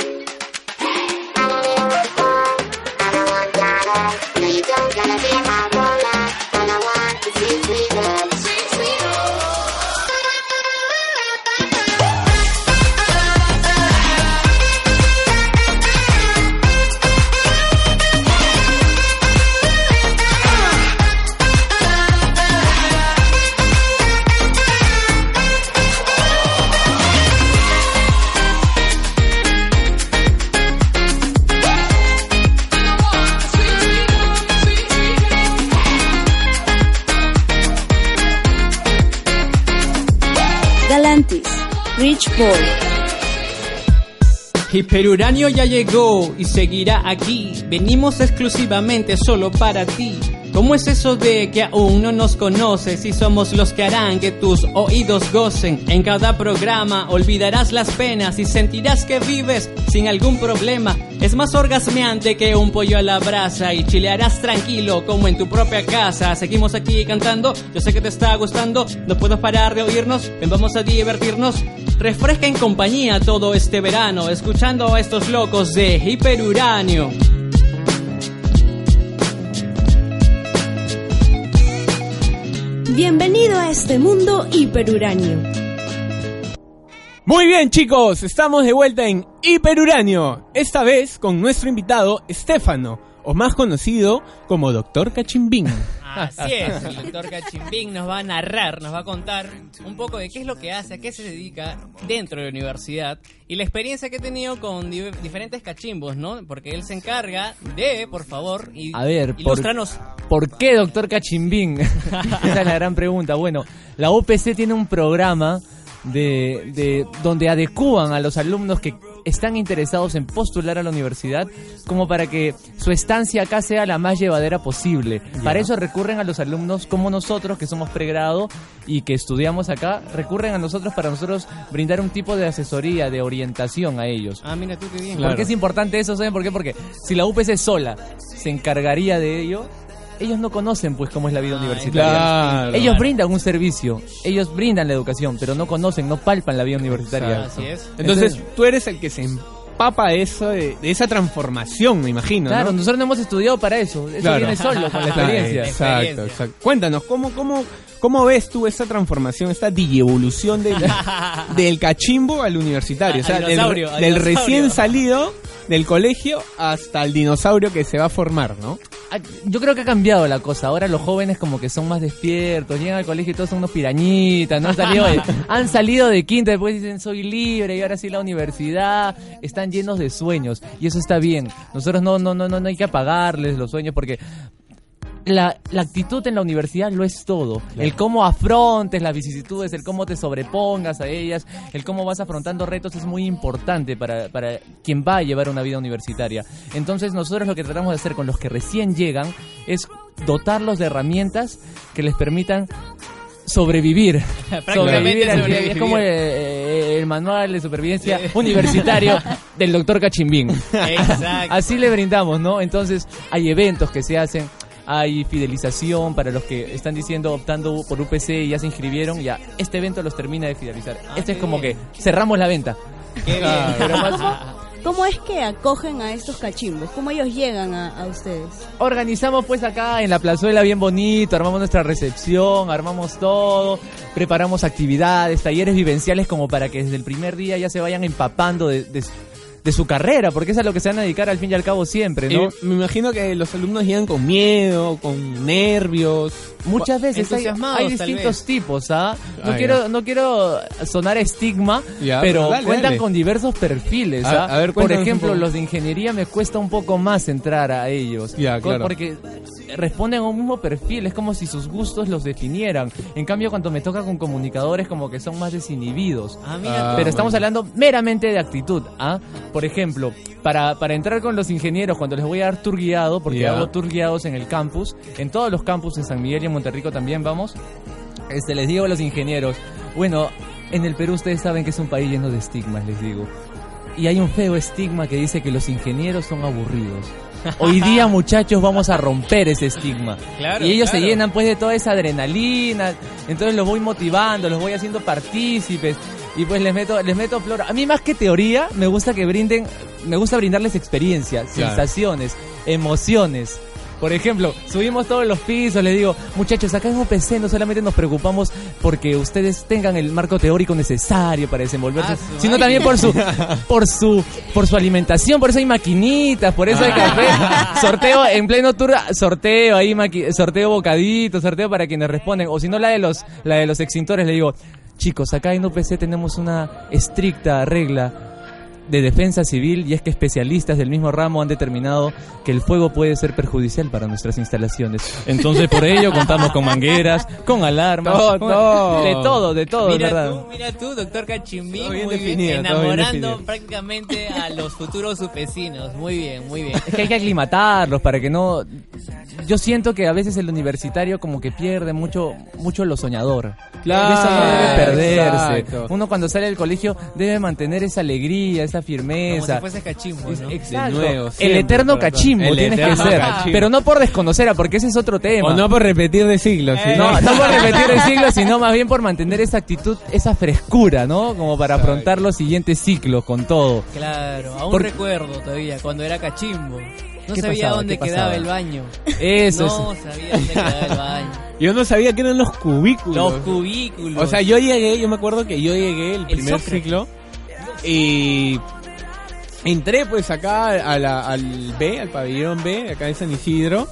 I want you to fall. I don't want dollars. No, you don't gotta be a high roller. All I want is sweet, sweet love. Sweet, sweet Galantis, Rich Boy. Hiperuranio ya llegó y seguirá aquí. Venimos exclusivamente solo para ti. ¿Cómo es eso de que aún no nos conoces y somos los que harán que tus oídos gocen? En cada programa olvidarás las penas y sentirás que vives sin algún problema. Es más orgasmeante que un pollo a la brasa y chilearás tranquilo como en tu propia casa. Seguimos aquí cantando, yo sé que te está gustando, no puedo parar de oírnos, ven vamos a divertirnos. Refresca en compañía todo este verano, escuchando a estos locos de Hiperuranio. Bienvenido a este mundo hiperuranio. Muy bien, chicos, estamos de vuelta en Hiperuranio. Esta vez con nuestro invitado Estefano, o más conocido como Doctor Cachimbín. Así es, el doctor Cachimbín nos va a narrar, nos va a contar un poco de qué es lo que hace, a qué se dedica dentro de la universidad y la experiencia que ha tenido con di- diferentes cachimbos, ¿no? Porque él se encarga de, por favor, y A ver, ilústranos. ¿por, ¿por qué doctor Cachimbín? Esa es la gran pregunta. Bueno, la U P C tiene un programa de, de donde adecúan a los alumnos que están interesados en postular a la universidad como para que su estancia acá sea la más llevadera posible. Ya. Para eso recurren a los alumnos como nosotros, que somos pregrado y que estudiamos acá, recurren a nosotros para nosotros brindar un tipo de asesoría, de orientación a ellos. Ah, mira tú qué bien. ¿Por qué es importante eso? ¿Saben por qué? Porque si la U P C sola se encargaría de ello, ellos no conocen pues cómo es la vida universitaria. Claro. Ellos brindan un servicio, ellos brindan la educación, pero no conocen, no palpan la vida universitaria. Así es. Entonces, tú eres el que se empapa eso de, de esa transformación, me imagino, Claro, ¿no? nosotros no hemos estudiado para eso, eso Claro. viene solo con la Claro, experiencia. Exacto, exacto. Cuéntanos, ¿cómo, cómo, cómo ves tú esta transformación, esta digievolución del, del cachimbo al universitario? O sea, Al del, dinosaurio, al del dinosaurio. recién salido del colegio hasta el dinosaurio que se va a formar, ¿no? Ah, Yo creo que ha cambiado la cosa. Ahora los jóvenes como que son más despiertos, llegan al colegio y todos son unos pirañitas, ¿no? Han salido de, han salido de quinta, después dicen soy libre y ahora sí la universidad. Están llenos de sueños y eso está bien. Nosotros no, no, no, no, no hay que apagarles los sueños porque la, la actitud en la universidad lo es todo. Claro. El cómo afrontes las vicisitudes, el cómo te sobrepongas a ellas, el cómo vas afrontando retos es muy importante para, para quien va a llevar una vida universitaria. Entonces nosotros lo que tratamos de hacer con los que recién llegan es dotarlos de herramientas que les permitan sobrevivir. Prácticamente al día a día. sobrevivir. Es como el, el manual de supervivencia universitario del doctor Cachimbín. Exacto. Así le brindamos, ¿no? Entonces hay eventos que se hacen, hay fidelización para los que están diciendo, optando por U P C y ya se inscribieron, ya este evento los termina de fidelizar. Ah, este es qué como bien. que cerramos la venta. Qué bien. Pero más- ¿Cómo es que acogen a estos cachimbos? ¿Cómo ellos llegan a, a ustedes? Organizamos pues acá en la plazuela bien bonito, armamos nuestra recepción, armamos todo, preparamos actividades, talleres vivenciales como para que desde el primer día ya se vayan empapando de, de, de su carrera, porque es a lo que se van a dedicar al fin y al cabo siempre, ¿no? Eh, me imagino que los alumnos llegan con miedo, con nervios. Muchas veces hay, Entusiasmados, hay tal distintos vez. tipos, ¿ah? No Ah, quiero ya. no quiero sonar a estigma, Ya, pero pero dale, cuentan dale. con diversos perfiles, A- ¿ah? a ver, Por cuéntanos un ejemplo, poco. los de ingeniería me cuesta un poco más entrar a ellos. Ya, Co- claro. Porque responden a un mismo perfil, es como si sus gustos los definieran. En cambio, cuando me toca con comunicadores, como que son más desinhibidos. Ah, mira. Ah, Pero estamos bueno. hablando meramente de actitud, ¿ah? Por ejemplo, para, para entrar con los ingenieros, cuando les voy a dar tour guiado, porque Ya. hago tour guiados en el campus, en todos los campus, en San Miguel y en Monterrico también vamos, este, les digo a los ingenieros, bueno, en el Perú ustedes saben que es un país lleno de estigmas, les digo. Y hay un feo estigma que dice que los ingenieros son aburridos. Hoy día, muchachos, vamos a romper ese estigma. Claro, y ellos claro. se llenan pues de toda esa adrenalina, entonces los voy motivando, los voy haciendo partícipes y pues les meto les meto flor. A mí más que teoría, me gusta que brinden, me gusta brindarles experiencias, Claro. sensaciones, emociones. Por ejemplo, subimos todos los pisos, les digo, muchachos, acá en U P C no solamente nos preocupamos porque ustedes tengan el marco teórico necesario para desenvolverse, Ah, su sino madre. también por su por su por su alimentación, por eso hay maquinitas, por eso hay café, sorteo en pleno tour, sorteo ahí maqui- sorteo bocaditos, sorteo para quienes responden, o si no la de los la de los extintores, le digo, chicos, acá en U P C tenemos una estricta regla de defensa civil, y es que especialistas del mismo ramo han determinado que el fuego puede ser perjudicial para nuestras instalaciones. Entonces, por ello, contamos con mangueras, con alarmas, Todo, con- todo. de todo, de todo, Mira ¿verdad? tú, mira tú, doctor Cachimbín, Todo bien muy bien, definido, todo bien enamorando definido. prácticamente a los futuros sus vecinos. Muy bien, muy bien. Es que hay que aclimatarlos para que no... Yo siento que a veces el universitario como que pierde mucho mucho lo soñador. Claro, Y eso no debe perderse. exacto. Uno cuando sale del colegio debe mantener esa alegría, esa Como firmeza. si fuese cachimbo, ¿no? Exacto. De nuevo, el siempre, eterno para cachimbo todo. El tienes que eterno ser. cachimbo. Pero no por desconocer, a- porque ese es otro tema. O no por repetir de siglos. Eh, sino- No, no por repetir el siglo, sino más bien por mantener esa actitud, esa frescura, ¿no? Como para afrontar los siguientes ciclos con todo. Claro, aún Por- recuerdo todavía cuando era cachimbo. No ¿Qué sabía pasaba? dónde ¿Qué quedaba pasaba? el baño. Eso No sabía dónde quedaba el baño. Yo no sabía que eran los cubículos. Los cubículos. O sea, yo llegué, yo me acuerdo que yo llegué el primer Sócrates. ciclo y entré pues acá a la- al B, al pabellón B, acá de San Isidro,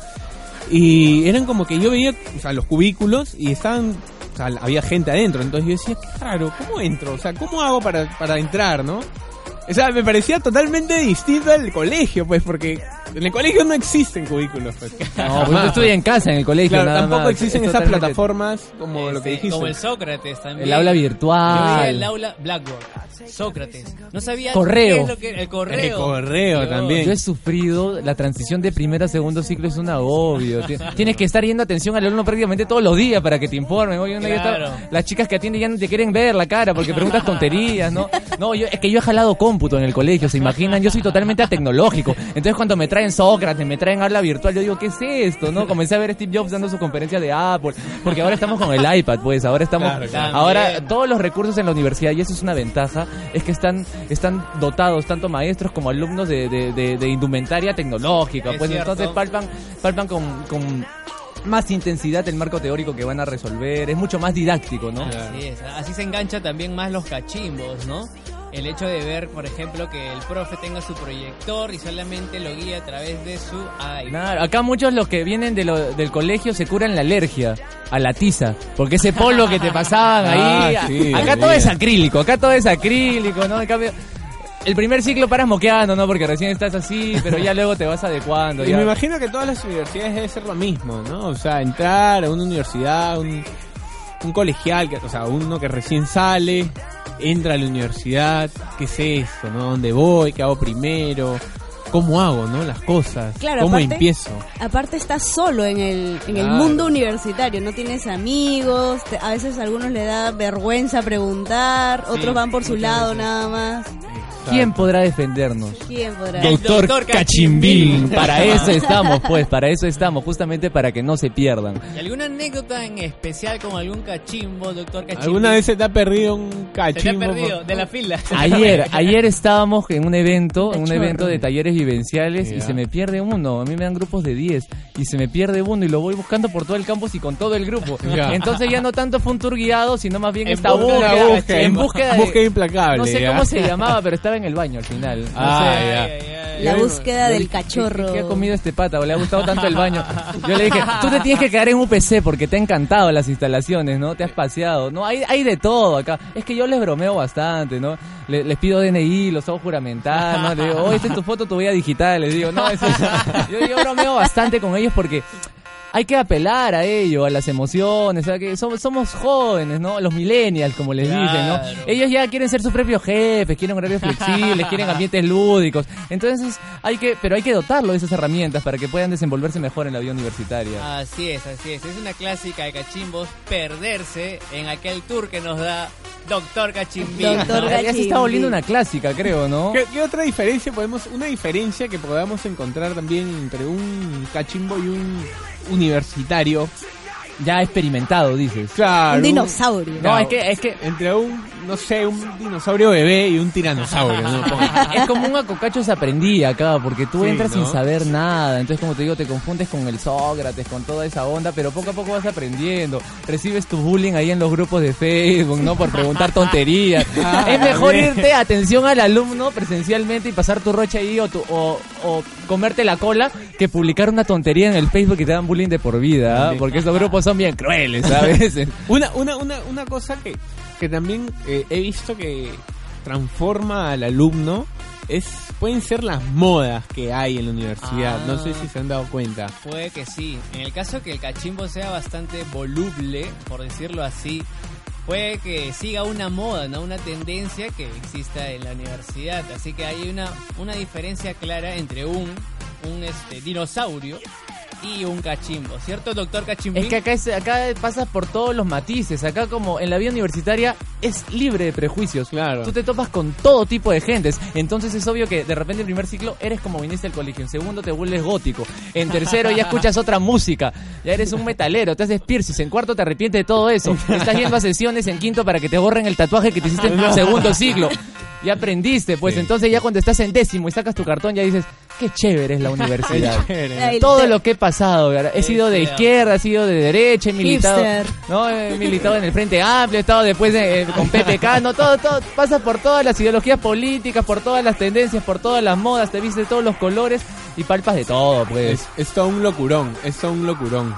y eran como que yo veía, o sea, los cubículos y estaban, o sea, había gente adentro, entonces yo decía, qué raro, ¿cómo entro? O sea, ¿cómo hago para, para entrar, no? O sea, me parecía totalmente distinto al colegio, pues, porque en el colegio no existen cubículos, pues. No, pues yo estudié en casa, en el colegio. Claro, nada tampoco más. existen Es esas totalmente- plataformas como lo que Este, dijiste. Como el Sócrates también. El aula Yo virtual. veía el aula Blackboard. Sócrates. No sabía Correo. qué es lo que el correo. El correo Dios. también. Yo he sufrido la transición de primero a segundo ciclo, es un agobio. Ti- Tienes que estar yendo atención al alumno prácticamente todos los días para que te informen. Oye, una ya está- Claro. las chicas que atienden ya no te quieren ver la cara porque preguntas tonterías, ¿no? No, yo, es que yo he jalado cómputo en el colegio, ¿se imaginan? Yo soy totalmente tecnológico. Entonces cuando me traen Sócrates, me traen aula virtual, yo digo, ¿qué es esto? ¿No? Comencé a ver a Steve Jobs dando su conferencia de Apple, porque ahora estamos con el iPad, pues, ahora estamos... Claro, claro. Ahora También. todos los recursos en la universidad, y eso es una ventaja, es que están, están dotados tanto maestros como alumnos de, de, de- de indumentaria tecnológica. Es Pues cierto. entonces palpan, palpan con, con más intensidad el marco teórico que van a resolver. Es mucho más didáctico, ¿no? Así es. Así se engancha también más los cachimbos, ¿no? El hecho de ver, por ejemplo, que el profe tenga su proyector y solamente lo guía a través de su iPad. Claro, acá muchos los que vienen de lo- del colegio se curan la alergia a la tiza, porque ese polvo que te pasaban ahí, Ah, sí, acá olvida. todo es acrílico, acá todo es acrílico, ¿no? En cambio, el primer ciclo paras moqueando, ¿no? Porque recién estás así, pero ya luego te vas adecuando. Y ya. me imagino que todas las universidades debe ser lo mismo, ¿no? O sea, entrar a una universidad, un, un colegial, que, o sea, uno que recién sale, entra a la universidad, ¿qué es esto, no? ¿Dónde voy? ¿Qué hago primero? ¿Cómo hago, no? Las cosas. Claro, ¿Cómo aparte- empiezo? Aparte estás solo en el, en el Claro. mundo universitario, no tienes amigos, te- a veces a algunos le da vergüenza preguntar, Sí, otros van por su muchas lado veces. nada más. ¿Quién podrá defendernos? ¿Quién podrá? El Doctor, doctor Cachimbín. Cachimbín. Para eso estamos, pues, para eso estamos, justamente para que no se pierdan. ¿Y alguna anécdota en especial con algún cachimbo, doctor Cachimbo? ¿Alguna vez se te ha perdido un se te cachimbo? ha perdido por- de la fila? Ayer, ayer estábamos en un evento, en un Cachorro. evento de talleres vivenciales y Ya. se me pierde uno. A mí me dan grupos de diez y se me pierde uno y lo voy buscando por todo el campus y con todo el grupo. Ya. Entonces ya no tanto fue un tour guiado, sino más bien En esta busca de búsqueda, Una búsqueda, en búsqueda de- búsqueda implacable. no sé ya. cómo se llamaba, pero estaba en el baño al final. No Ah, sé. ya. Ay, ay, ay. La Yo- búsqueda Yo del dije, cachorro. ¿Qué, qué ha comido este pata? ¿O le ha gustado tanto el baño? Yo le dije, tú te tienes que quedar en U P C porque te ha encantado las instalaciones, ¿no? Te has paseado. No, hay, hay de todo acá. Es que yo les bromeo bastante, ¿no? Le- les pido D N I, los hago juramentar, ¿no? Le digo, oh, esta es tu foto, tu huella digital. Les digo, no, eso es... Yo, yo bromeo bastante con ellos porque... Hay que apelar a ello, a las emociones, o sea que somos, somos jóvenes, ¿no? Los millennials, como les dicen, ¿no? Claro. Ellos ya quieren ser sus propios jefes, quieren horarios flexibles, quieren ambientes lúdicos. Entonces, hay que, pero hay que dotarlo de esas herramientas para que puedan desenvolverse mejor en la vida universitaria. Así es, así es. Es una clásica de cachimbos perderse en aquel tour que nos da Doctor Cachimbín. Doctor ¿no? Cachimbín. Ya se está volviendo una clásica, creo, ¿no? ¿Qué, qué otra diferencia podemos, una diferencia que podamos encontrar también entre un cachimbo y un universitario? Ya experimentado, dices. Claro. Un dinosaurio. No, es que, es que Entre un, no sé, un dinosaurio bebé y un tiranosaurio, ¿no? Ponga. es como un acocacho se aprendía acá, porque tú Sí, entras ¿no? sin saber nada. Entonces, como te digo, te confundes con el Sócrates, con toda esa onda, pero poco a poco vas aprendiendo. Recibes tu bullying ahí en los grupos de Facebook, ¿no? Por preguntar tonterías. Ah, es mejor bien. irte atención al alumno presencialmente y pasar tu rocha ahí o, tu, o, o comerte la cola que publicar una tontería en el Facebook y te dan bullying de por vida, ¿ah? Porque esos grupos son bien crueles, ¿sabes? Una, una, una, una cosa que, que también eh, he visto que transforma al alumno es pueden ser las modas que hay en la universidad. Ah, no sé si se han dado cuenta. Puede que sí. En el caso que el cachimbo sea bastante voluble, por decirlo así, puede que siga una moda, ¿no? Una tendencia que exista en la universidad. Así que hay una, una diferencia clara entre un, un este, dinosaurio y un cachimbo, ¿cierto, doctor Cachimbín? Es que acá, es, acá pasa por todos los matices. Acá, como en la vida universitaria, es libre de prejuicios. Claro. Tú te topas con todo tipo de gentes. Entonces es obvio que de repente en primer ciclo eres como viniste al colegio. En segundo te vuelves gótico. En tercero ya escuchas otra música. Ya eres un metalero, te haces piercings. En cuarto te arrepientes de todo eso. Estás yendo a sesiones en quinto para que te borren el tatuaje que te hiciste en el segundo ciclo. Ya aprendiste, pues sí. Entonces ya cuando estás en décimo y sacas tu cartón ya dices, qué chévere es la universidad. Todo lo que he pasado, he sido de izquierda, he sido de derecha, he militado, ¿no? He militado en el Frente Amplio, he estado después de, eh, con P P K, no, todo, todo, pasa por todas las ideologías políticas, por todas las tendencias, por todas las modas, te viste de todos los colores y palpas de todo, pues. Es, es todo un locurón, es todo un locurón.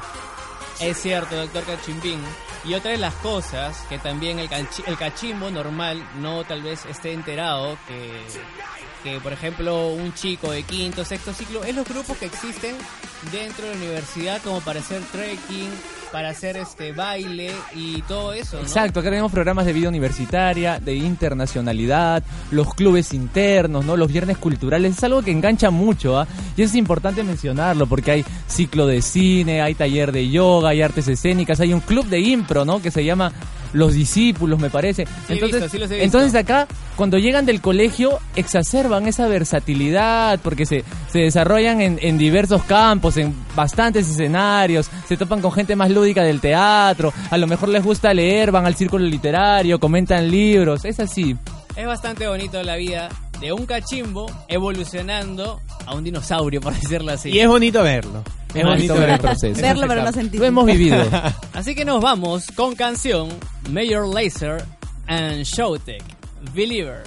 Es cierto, doctor Cachimbín. Y otra de las cosas que también el, cachi- el cachimbo normal no tal vez esté enterado que, que, por ejemplo, un chico de quinto, sexto ciclo, es los grupos que existen dentro de la universidad como para hacer trekking, para hacer este baile y todo eso, ¿no? Exacto, acá tenemos programas de vida universitaria, de internacionalidad, los clubes internos, ¿no? Los viernes culturales, es algo que engancha mucho, ¿ah? ¿eh? Y es importante mencionarlo porque hay ciclo de cine, hay taller de yoga, hay artes escénicas, hay un club de impro, ¿no? Que se llama Los Discípulos, me parece. Sí, entonces, he visto, sí los he visto. entonces acá, cuando llegan del colegio, exacerban esa versatilidad porque se, se desarrollan en, en diversos campos, en bastantes escenarios, se topan con gente más lúdica del teatro, a lo mejor les gusta leer, van al círculo literario, comentan libros, es así. Es bastante bonito la vida de un cachimbo evolucionando a un dinosaurio, por decirlo así. Y es bonito verlo. Es, es bonito ver el proceso. Verlo pero no sentirlo. Lo hemos vivido. Así que nos vamos con canción Major Lazer and Showtek, Believer.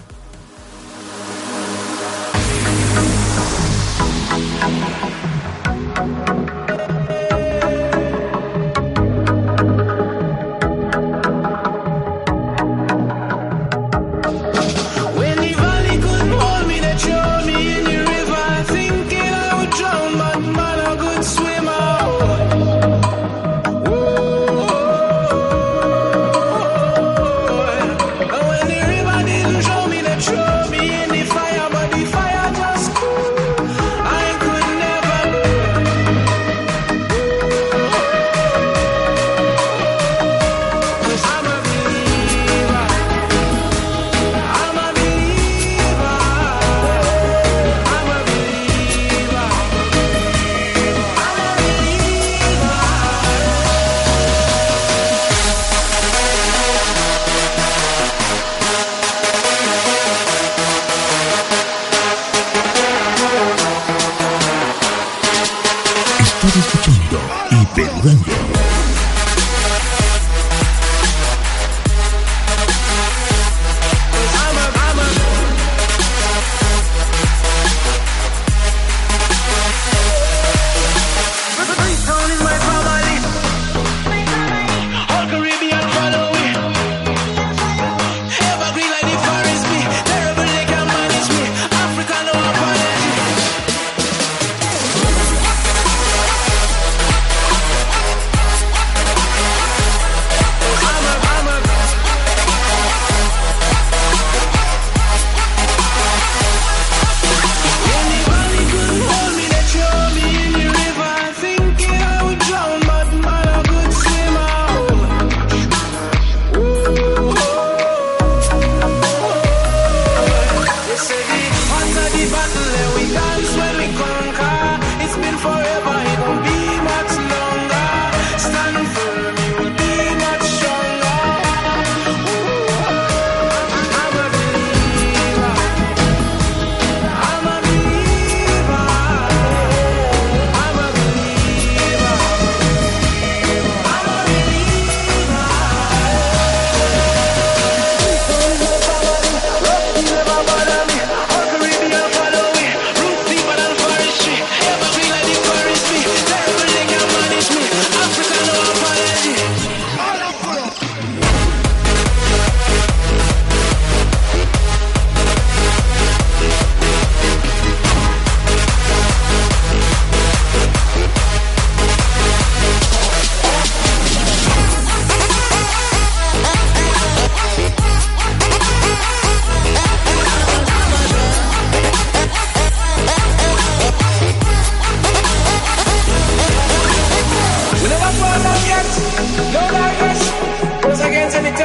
Show me that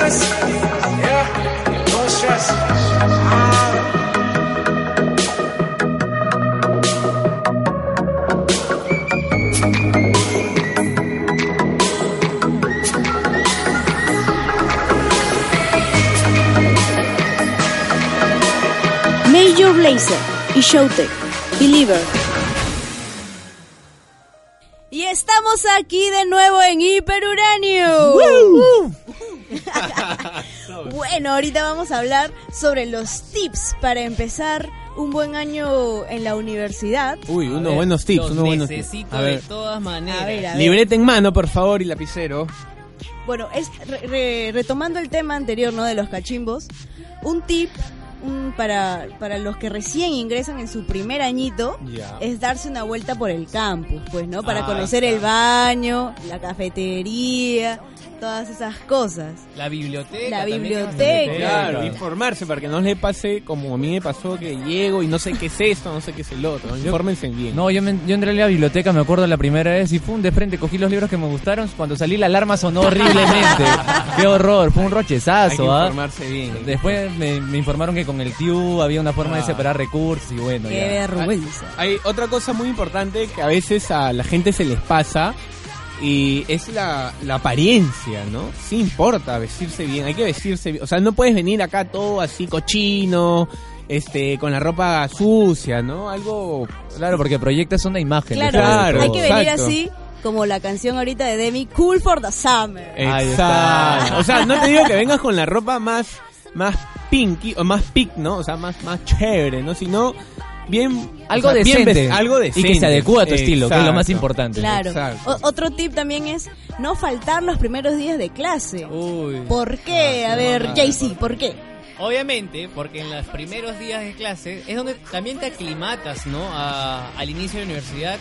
stress. Yeah, no stress. Ah. Major Lazer y Showtek, Believer. Y estamos aquí de nuevo en Hiperuranio. Bueno, ahorita vamos a hablar sobre los tips para empezar un buen año en la universidad. Uy, unos buenos tips, Los unos buenos tips. necesito A de ver, todas maneras. A ver, a ver. libreta en mano, por favor, y lapicero. Bueno, es, re- re- retomando el tema anterior, ¿no? De los cachimbos, un tip un, para, para los que recién ingresan en su primer añito Ya. es darse una vuelta por el campus, pues, ¿no? Para Ah, conocer está. el baño, la cafetería, todas esas cosas. La biblioteca. La también es biblioteca. Claro, informarse para que no le pase como a mí me pasó que llego y no sé qué es esto, no sé qué es el otro. Infórmense bien. No, yo, me, yo entré a la biblioteca, me acuerdo la primera vez y pum, de frente cogí los libros que me gustaron. Cuando salí la alarma sonó horriblemente. Qué horror, fue un Hay que rochezazo, ¿ah? informarse bien. Después me, me informaron que con el T U había una forma Ah. de separar recursos y bueno, Qué ya. vergüenza. Hay otra cosa muy importante que a veces a la gente se les pasa y es la, la apariencia, ¿no? Sí importa vestirse bien, hay que vestirse bien. O sea, no puedes venir acá todo así cochino, este, con la ropa sucia, ¿no? Algo... Claro, porque proyectas una imagen. Claro, después de Claro, todo. hay que venir exacto. así como la canción ahorita de Demi, Cool for the Summer. Ahí Exacto. está. O sea, no te digo que vengas con la ropa más, más pinky o más pic, ¿no? O sea, más, más chévere, ¿no? Sino bien... Algo o sea, bien decente. ves- algo decente. Y que se adecue a tu estilo, que es lo más Exacto. importante. Claro. Exacto. O- otro tip también es no faltar los primeros días de clase. Uy. ¿Por qué? A ver, Jaycee, ¿por qué? Obviamente, porque en los primeros días de clase es donde también te aclimatas, ¿no? A- al inicio de la universidad.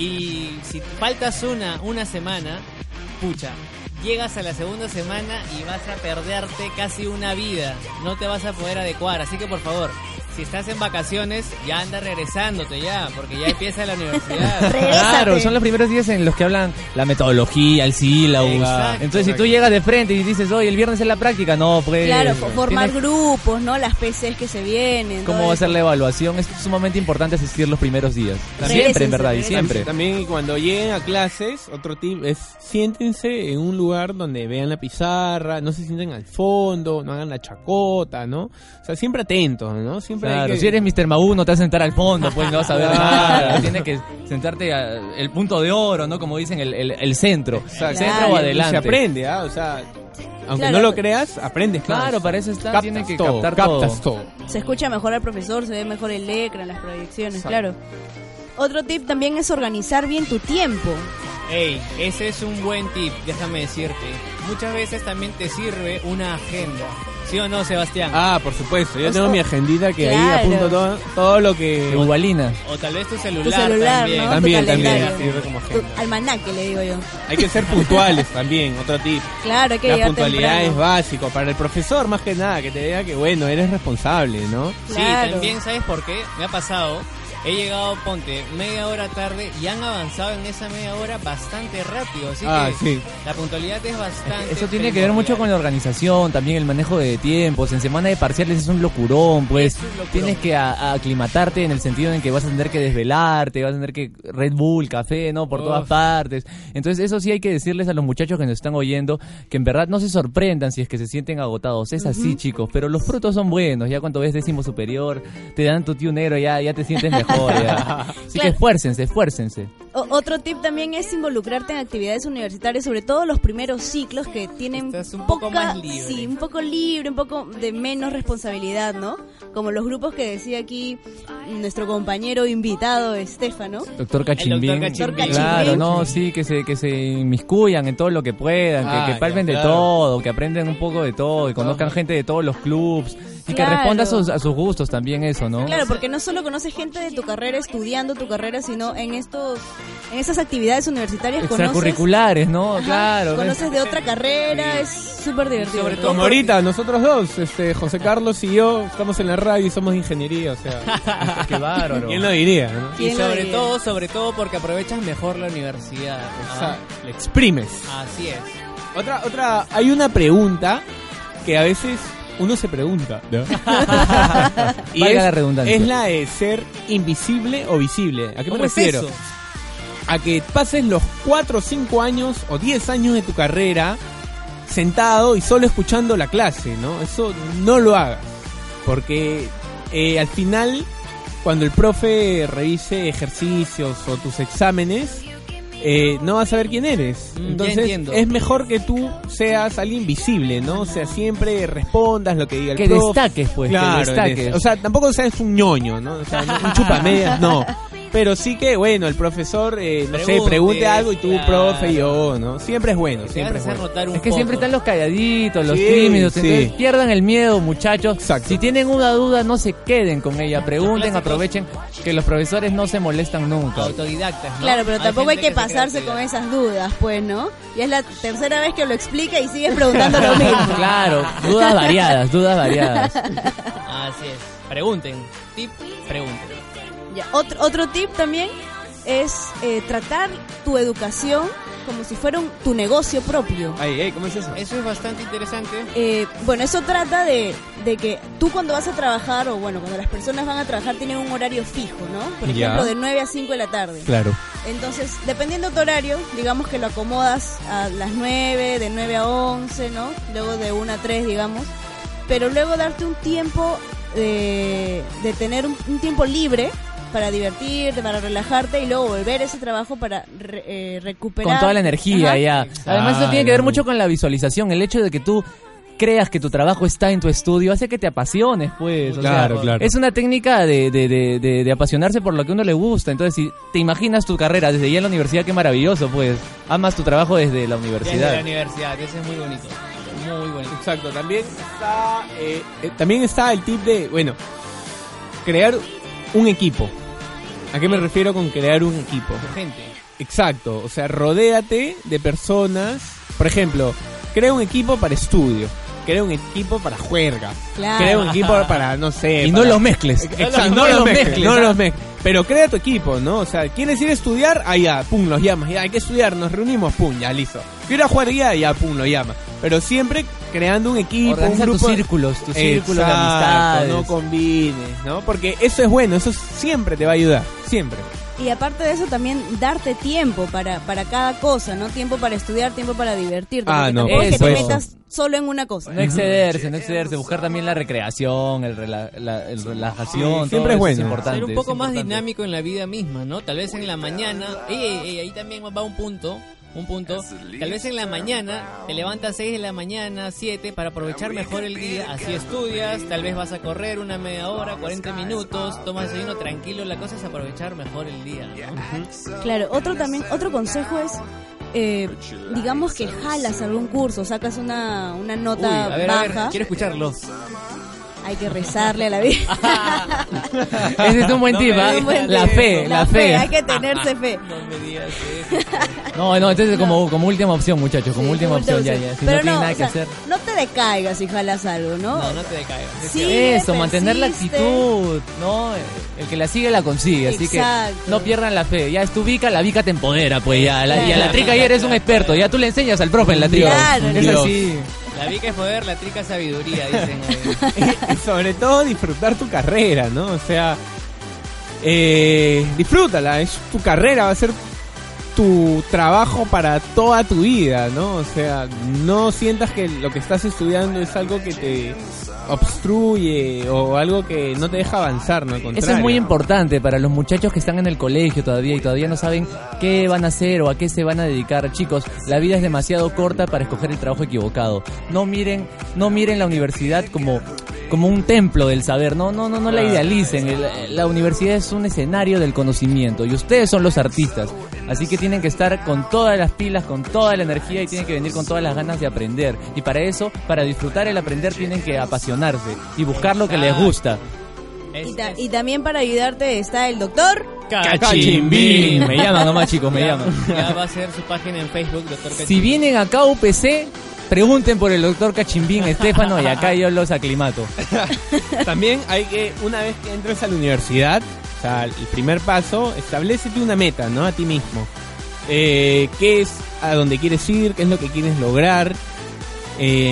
Y si faltas una, una semana, pucha, llegas a la segunda semana y vas a perderte casi una vida. No te vas a poder adecuar. Así que por favor, si estás en vacaciones, ya anda regresándote ya, porque ya empieza la universidad. Claro, son los primeros días en los que hablan la metodología, el sílabus. Exacto. Entonces, si tú llegas de frente y dices, oye, el viernes es la práctica, no, pues. Claro, fo- formar tienes- grupos, ¿no? Las P Cs que se vienen. ¿Cómo todo va a ser eso. la evaluación? Es sumamente importante asistir los primeros días. Regrésense, Siempre, en verdad, y regrésense. siempre. También cuando lleguen a clases, otro tip es siéntense en un lugar donde vean la pizarra, no se sienten al fondo, no hagan la chacota, ¿no? O sea, siempre atentos, ¿no? Siempre hay Claro, que... si eres mister Magoo no te vas a sentar al fondo, pues no vas a ver Claro. nada. Tienes que sentarte a- el punto de oro, ¿no? Como dicen, el, el, el centro. Exacto. Centro Y- o y adelante. se aprende, ¿ah? O sea, aunque Claro. no lo creas, aprendes más. Claro, para eso está, Captas tiene que todo, captar captas todo. todo. Se escucha mejor al profesor, se ve mejor el ecran, las proyecciones, Exacto. claro. Otro tip también es organizar bien tu tiempo. Ey, ese es un buen tip, déjame decirte. Muchas veces también te sirve una agenda. ¿Sí o no, Sebastián? Ah, por supuesto. Yo O tengo sea, mi agendita que ahí claro. apunto todo, todo lo que... Igualina. O tal vez tu celular, Tu celular, también. ¿no? También, tu también, calendario. sirve como Tu agenda. almanaque, le digo yo. Hay que ser puntuales también, otro tip. Claro, hay que La llegar puntualidad temprano. es básico para el profesor más que nada, que te diga que bueno, eres responsable, ¿no? Claro. Sí, también, ¿sabes por qué? Me ha pasado. He llegado, ponte, media hora tarde y han avanzado en esa media hora bastante rápido. Así Ah, que sí. la puntualidad es bastante. Eso tiene que ver mucho con la organización, también el manejo de tiempos. En semana de parciales es un locurón, pues. Es un locurón. Tienes que a- a aclimatarte en el sentido en que vas a tener que desvelarte, vas a tener que Red Bull, café, ¿no? Por Uf. todas partes. Entonces, eso sí hay que decirles a los muchachos que nos están oyendo que en verdad no se sorprendan si es que se sienten agotados. Es así, chicos. Pero los frutos son buenos. Ya cuando ves décimo superior, te dan tu tío negro, ya, ya te sientes mejor. Ya. Así que Claro. esfuércense, esfuércense. O- otro tip también es involucrarte en actividades universitarias, sobre todo los primeros ciclos que tienen Estás un poca, poco más libre. sí, un poco libre, un poco de menos responsabilidad, ¿no? Como los grupos que decía aquí nuestro compañero invitado Estefano. Doctor Cachimbín. El doctor Cachimbín. Claro, no, sí, que se, que se inmiscuyan en todo lo que puedan, Ah, que, que palpen ya, de claro. todo, que aprendan un poco de todo, que conozcan gente de todos los clubs y que Claro. responda a sus, a sus gustos también eso, ¿no? Claro, porque no solo conoces gente de tu carrera estudiando tu carrera, sino en estos, en esas actividades universitarias conoces, Extracurriculares, ¿no? Ajá, Claro. ¿ves? conoces de otra carrera, es súper divertido. sobre todo Como ahorita, nosotros dos, este, José Carlos y yo, estamos en la radio y somos de ingeniería, o sea, Qué bárbaro. ¿quién lo diría, no? Y ¿Quién lo sobre diría? todo, sobre todo porque aprovechas mejor la universidad. O ¿ah? sea, le exprimes. Así es. Otra, otra, hay una pregunta que a veces uno se pregunta, ¿no? y Valga es, la redundancia. es la de ser invisible o visible. ¿A qué me ¿Cómo es refiero? eso? A que pases los cuatro o cinco años o diez años de tu carrera sentado y solo escuchando la clase, ¿no? Eso no lo hagas. Porque eh, al final, cuando el profe revise ejercicios o tus exámenes, eh, no vas a saber quién eres. Mm, ya Entonces entiendo. es mejor que tú seas alguien visible, ¿no? O sea, siempre respondas lo que diga el Que profe. destaques, pues, que Claro, destaques. en eso. O sea, tampoco seas un ñoño, ¿no? O sea, no- un chupamedias, no. Pero sí que, bueno, el profesor, eh, no sé, Pregunte, pregunte algo y tú, claro. profe, y yo, ¿no? Siempre es bueno, Te siempre vas a es hacer bueno. notar un Es que siempre poco. están los calladitos, los Sí, tímidos, sí. entonces pierdan el miedo, muchachos. Exacto. Si tienen una duda, no se queden con ella, pregunten, clásicos. aprovechen que los profesores no se molestan nunca. Autodidactas, ¿no? Claro, pero tampoco hay gente que se cree pasarse con autodidacta. esas dudas, pues, ¿no? Ya es la tercera vez que lo explica y sigues preguntando lo mismo. Claro, dudas variadas, dudas variadas. Así es. Pregunten. Tip, pregunten. Ya, otro, otro tip también es eh, tratar tu educación como si fuera un- tu negocio propio. Ay, ay, ¿cómo es eso? Eso es bastante interesante. Eh, bueno, eso trata de, de que tú cuando vas a trabajar, o bueno, cuando las personas van a trabajar tienen un horario fijo, ¿no? Por Ya. ejemplo, de nueve a cinco de la tarde. Claro. Entonces, dependiendo de tu horario, digamos que lo acomodas a las nueve, de nueve a once, ¿no? Luego de una a tres, digamos. Pero luego darte un tiempo de, de tener un, un tiempo libre para divertirte, para relajarte y luego volver a ese trabajo para re- eh, recuperar. Con toda la energía Ajá. ya. Además eso tiene que ver mucho con la visualización, el hecho de que tú creas que tu trabajo está en tu estudio hace que te apasiones, pues. O Claro, sea, claro. Es una técnica de, de, de, de, de apasionarse por lo que a uno le gusta. Entonces, si te imaginas tu carrera desde ya en la universidad, qué maravilloso, pues. Amas tu trabajo desde la Desde universidad. la universidad, eso es muy bonito. Muy bonito. Exacto, también está, eh, eh, también está el tip de, bueno, crear un equipo. ¿A qué me refiero con crear un equipo? Gente. Exacto, o sea, rodéate de personas, por ejemplo, crea un equipo para estudio, crea un equipo para juerga, Claro. crea un equipo para, no sé... Y no para- los mezcles. Exacto, Y no, los mezcles, mezcles, no ¿ah? los mezcles. Pero crea tu equipo, ¿no? O sea, ¿quieres ir a estudiar? Ah, ya, pum, los llamas. Ya, hay que estudiar, nos reunimos, pum, ya, listo. Quiero ir a jugar ya, ya, pum, lo llamas. Pero siempre creando un equipo, Organiza un tus grupo... círculos, tus círculos de Exacto, amistades. no combines, ¿no? Porque eso es bueno, eso siempre te va a ayudar, siempre. Y aparte de eso también darte tiempo para, para cada cosa, ¿no? Tiempo para estudiar, tiempo para divertirte. Ah, porque no, tampoco es que eso. te metas solo en una cosa. No excederse, no excederse, buscar también la recreación, el, rela- la el relajación, Sí, siempre todo es eso bueno. importante. Ser un es poco más importante. dinámico en la vida misma, ¿no? Tal vez en la mañana, ey, ey, ey, ahí también va un punto, un punto. Tal vez en la mañana te levantas seis de la mañana, siete, para aprovechar mejor el día. Así estudias, tal vez vas a correr una media hora, cuarenta minutos, tomas desayuno tranquilo. La cosa es aprovechar mejor el día, ¿no? Claro, otro también, otro consejo es, eh, digamos que jalas algún curso, sacas una, una Uy, nota a ver, a ver, baja, quiero escucharlo. hay que rezarle a la vida. Ese es un buen No tip, me ¿ah? digas Un buen La tip. fe, la fe. Hay que tenerse fe. No me digas eso. No, no, entonces como, como última opción, muchachos, como Sí, última como opción, ya, última ya. Si Pero no tiene no, nada o que sea, hacer. no te decaigas si jalas algo, ¿no? No, no te decaigas. es Sí. cierto. Eso, mantener la persiste. actitud, ¿no? El que la sigue la consigue, así Exacto. que no pierdan la fe. Ya es tu Vica, la Vica te empodera, pues ya. La- y a la Claro. trica ya eres un experto, ya tú le enseñas al profe en la trica. Claro, es Dios. así. La vica es poder, la trica es sabiduría, dicen. eh. Y sobre todo disfrutar tu carrera, ¿no? O sea, eh, disfrútala, es tu carrera, va a ser tu trabajo para toda tu vida, ¿no? O sea, no sientas que lo que estás estudiando es algo que te obstruye o algo que no te deja avanzar, ¿no? Al contrario. Eso es muy importante para los muchachos que están en el colegio todavía y todavía no saben qué van a hacer o a qué se van a dedicar. Chicos, la vida es demasiado corta para escoger el trabajo equivocado. No miren, no miren la universidad como como un templo del saber. No, no, no, no la idealicen. El- la universidad es un escenario del conocimiento y ustedes son los artistas. Así que tienen que estar con todas las pilas, con toda la energía y tienen que venir con todas las ganas de aprender. Y para eso, para disfrutar el aprender, tienen que apasionarse y buscar lo que les gusta. Es- Y, ta- es- y también para ayudarte está el doctor. Cachimbín. Me llaman nomás, chicos, me ya, llaman. ya va a ser su página en Facebook, doctor Cachimbín. Si vienen acá a U P C, pregunten por el doctor Cachimbín Estéfano y acá yo los aclimato. También hay que, una vez que entres a la universidad, o sea, el primer paso, establécete una meta, ¿no? A ti mismo. Eh, ¿Qué es a dónde quieres ir? ¿Qué es lo que quieres lograr? Eh,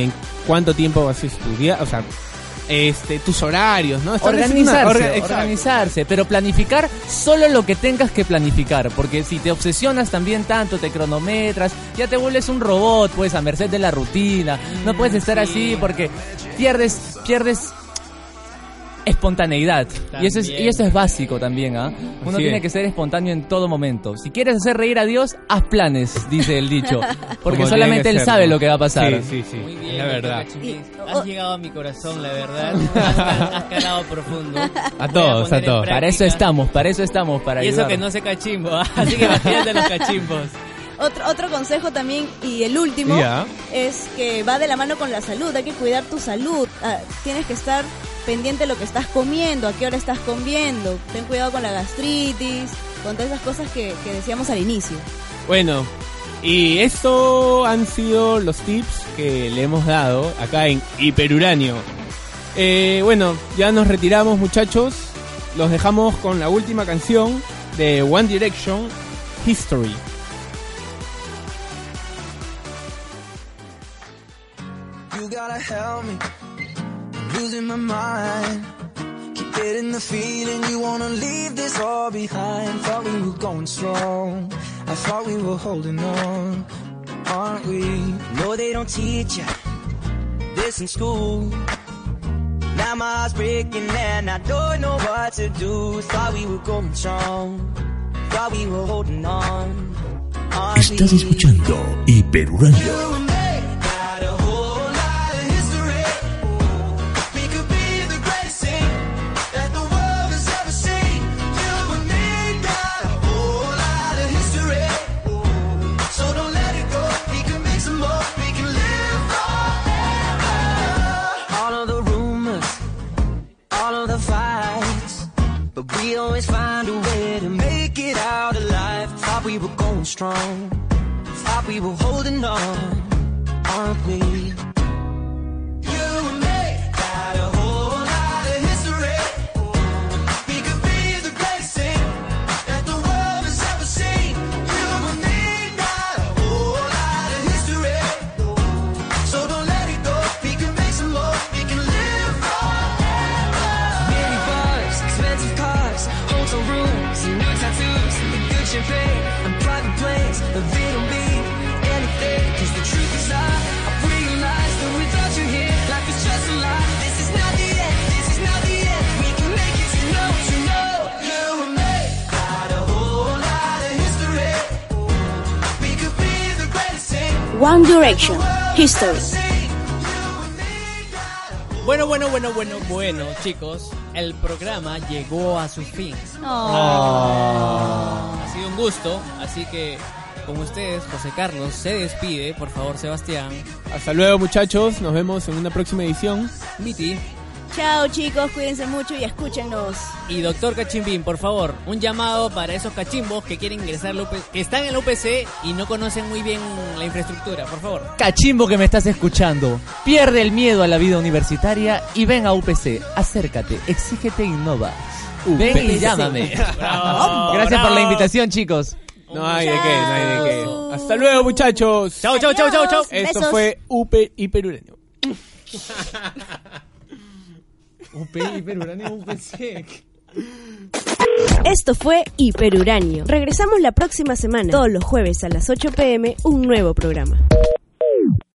cuánto tiempo vas a estudiar, o sea, este, tus horarios, ¿no? Establecer Organizarse, una- orga- exacto. organizarse, pero planificar solo lo que tengas que planificar, porque si te obsesionas también tanto, te cronometras, ya te vuelves un robot, pues, a merced de la rutina. No puedes estar así porque pierdes, pierdes espontaneidad. Y eso es, y eso es básico también, ¿ah? Uno Así tiene es. que ser espontáneo en todo momento. Si quieres hacer reír a Dios, haz planes, dice el dicho. Porque Como solamente tiene Él que ser, sabe ¿no? lo que va a pasar. Sí, sí, sí. Muy bien, la verdad. doctor Cachimbín. Y- Has llegado a mi corazón, la verdad. Has, has calado profundo. A todos, a todos. Para eso estamos, para eso estamos, para Y eso ayudar. que no sé cachimbo, así que imagínate los cachimbos. Otro, otro consejo también, y el último, Ya. es que va de la mano con la salud. Hay que cuidar tu salud. Ah, tienes que estar pendiente de lo que estás comiendo, a qué hora estás comiendo. Ten cuidado con la gastritis, con todas esas cosas que, que decíamos al inicio. Bueno, y esto han sido los tips que le hemos dado acá en Hiperuranio. Eh, bueno, ya nos retiramos, muchachos. Los dejamos con la última canción de One Direction, History. You gotta help me, I'm losing my mind. Keep getting the feeling you wanna leave this all behind. Thought we were going strong, I thought we were holding on, aren't we? No, they don't teach you this in school. Now my heart's breaking and I don't know what to do. Thought we were going strong, thought we were holding on, aren't we? Estás escuchando Hiperuranio. You and me got a whole lot of history. We could be the greatest thing that the world has ever seen. You and me got a whole lot of history. So don't let it go. We can make some more. We can live forever. All of the rumors, all of the fights, but we always find a way to make it out alive. Thought we were going strong, thought we were holding on, aren't we? You and me got a whole lot of history. We could be the greatest thing that the world has ever seen. You and me got a whole lot of history. So don't let it go. We can make some more. We can live forever. Many bars, expensive cars, hotel rooms, and new tattoos, the good champagne, and private planes. They don't mean anything, 'cause the truth is I, I realized that without you here, life is just a lie. This is not the end, this is not the end. We can make it, you know, you know. You and me got a whole lot of history. We could be the greatest thing. One Direction, History. Bueno, bueno, bueno, bueno, bueno, chicos, el programa llegó a su fin. Oh. Ha sido un gusto, así que con ustedes, José Carlos se despide. Por favor, Sebastián, Hasta luego, muchachos. Nos vemos en una próxima edición. Miti Chao chicos, cuídense mucho y escúchenos. y Doctor Cachimbín. Por favor, un llamado para esos cachimbos que quieren ingresar, a la U P que están en la U P C y no conocen muy bien la infraestructura. Por favor. Cachimbo que me estás escuchando, pierde el miedo a la vida universitaria y ven a U P C. Acércate, exígete, innova. Ven y llámame. Bravo, Gracias por la bravo. invitación, chicos. No hay de qué, no hay de qué. Hasta luego, muchachos. Chao, chao, chao, chao, chao. Esto Besos. fue Upe Hiperuranio. U P I, Peruranio, U P C. Esto fue Hiperuranio. Regresamos la próxima semana, todos los jueves a las ocho pm, un nuevo programa.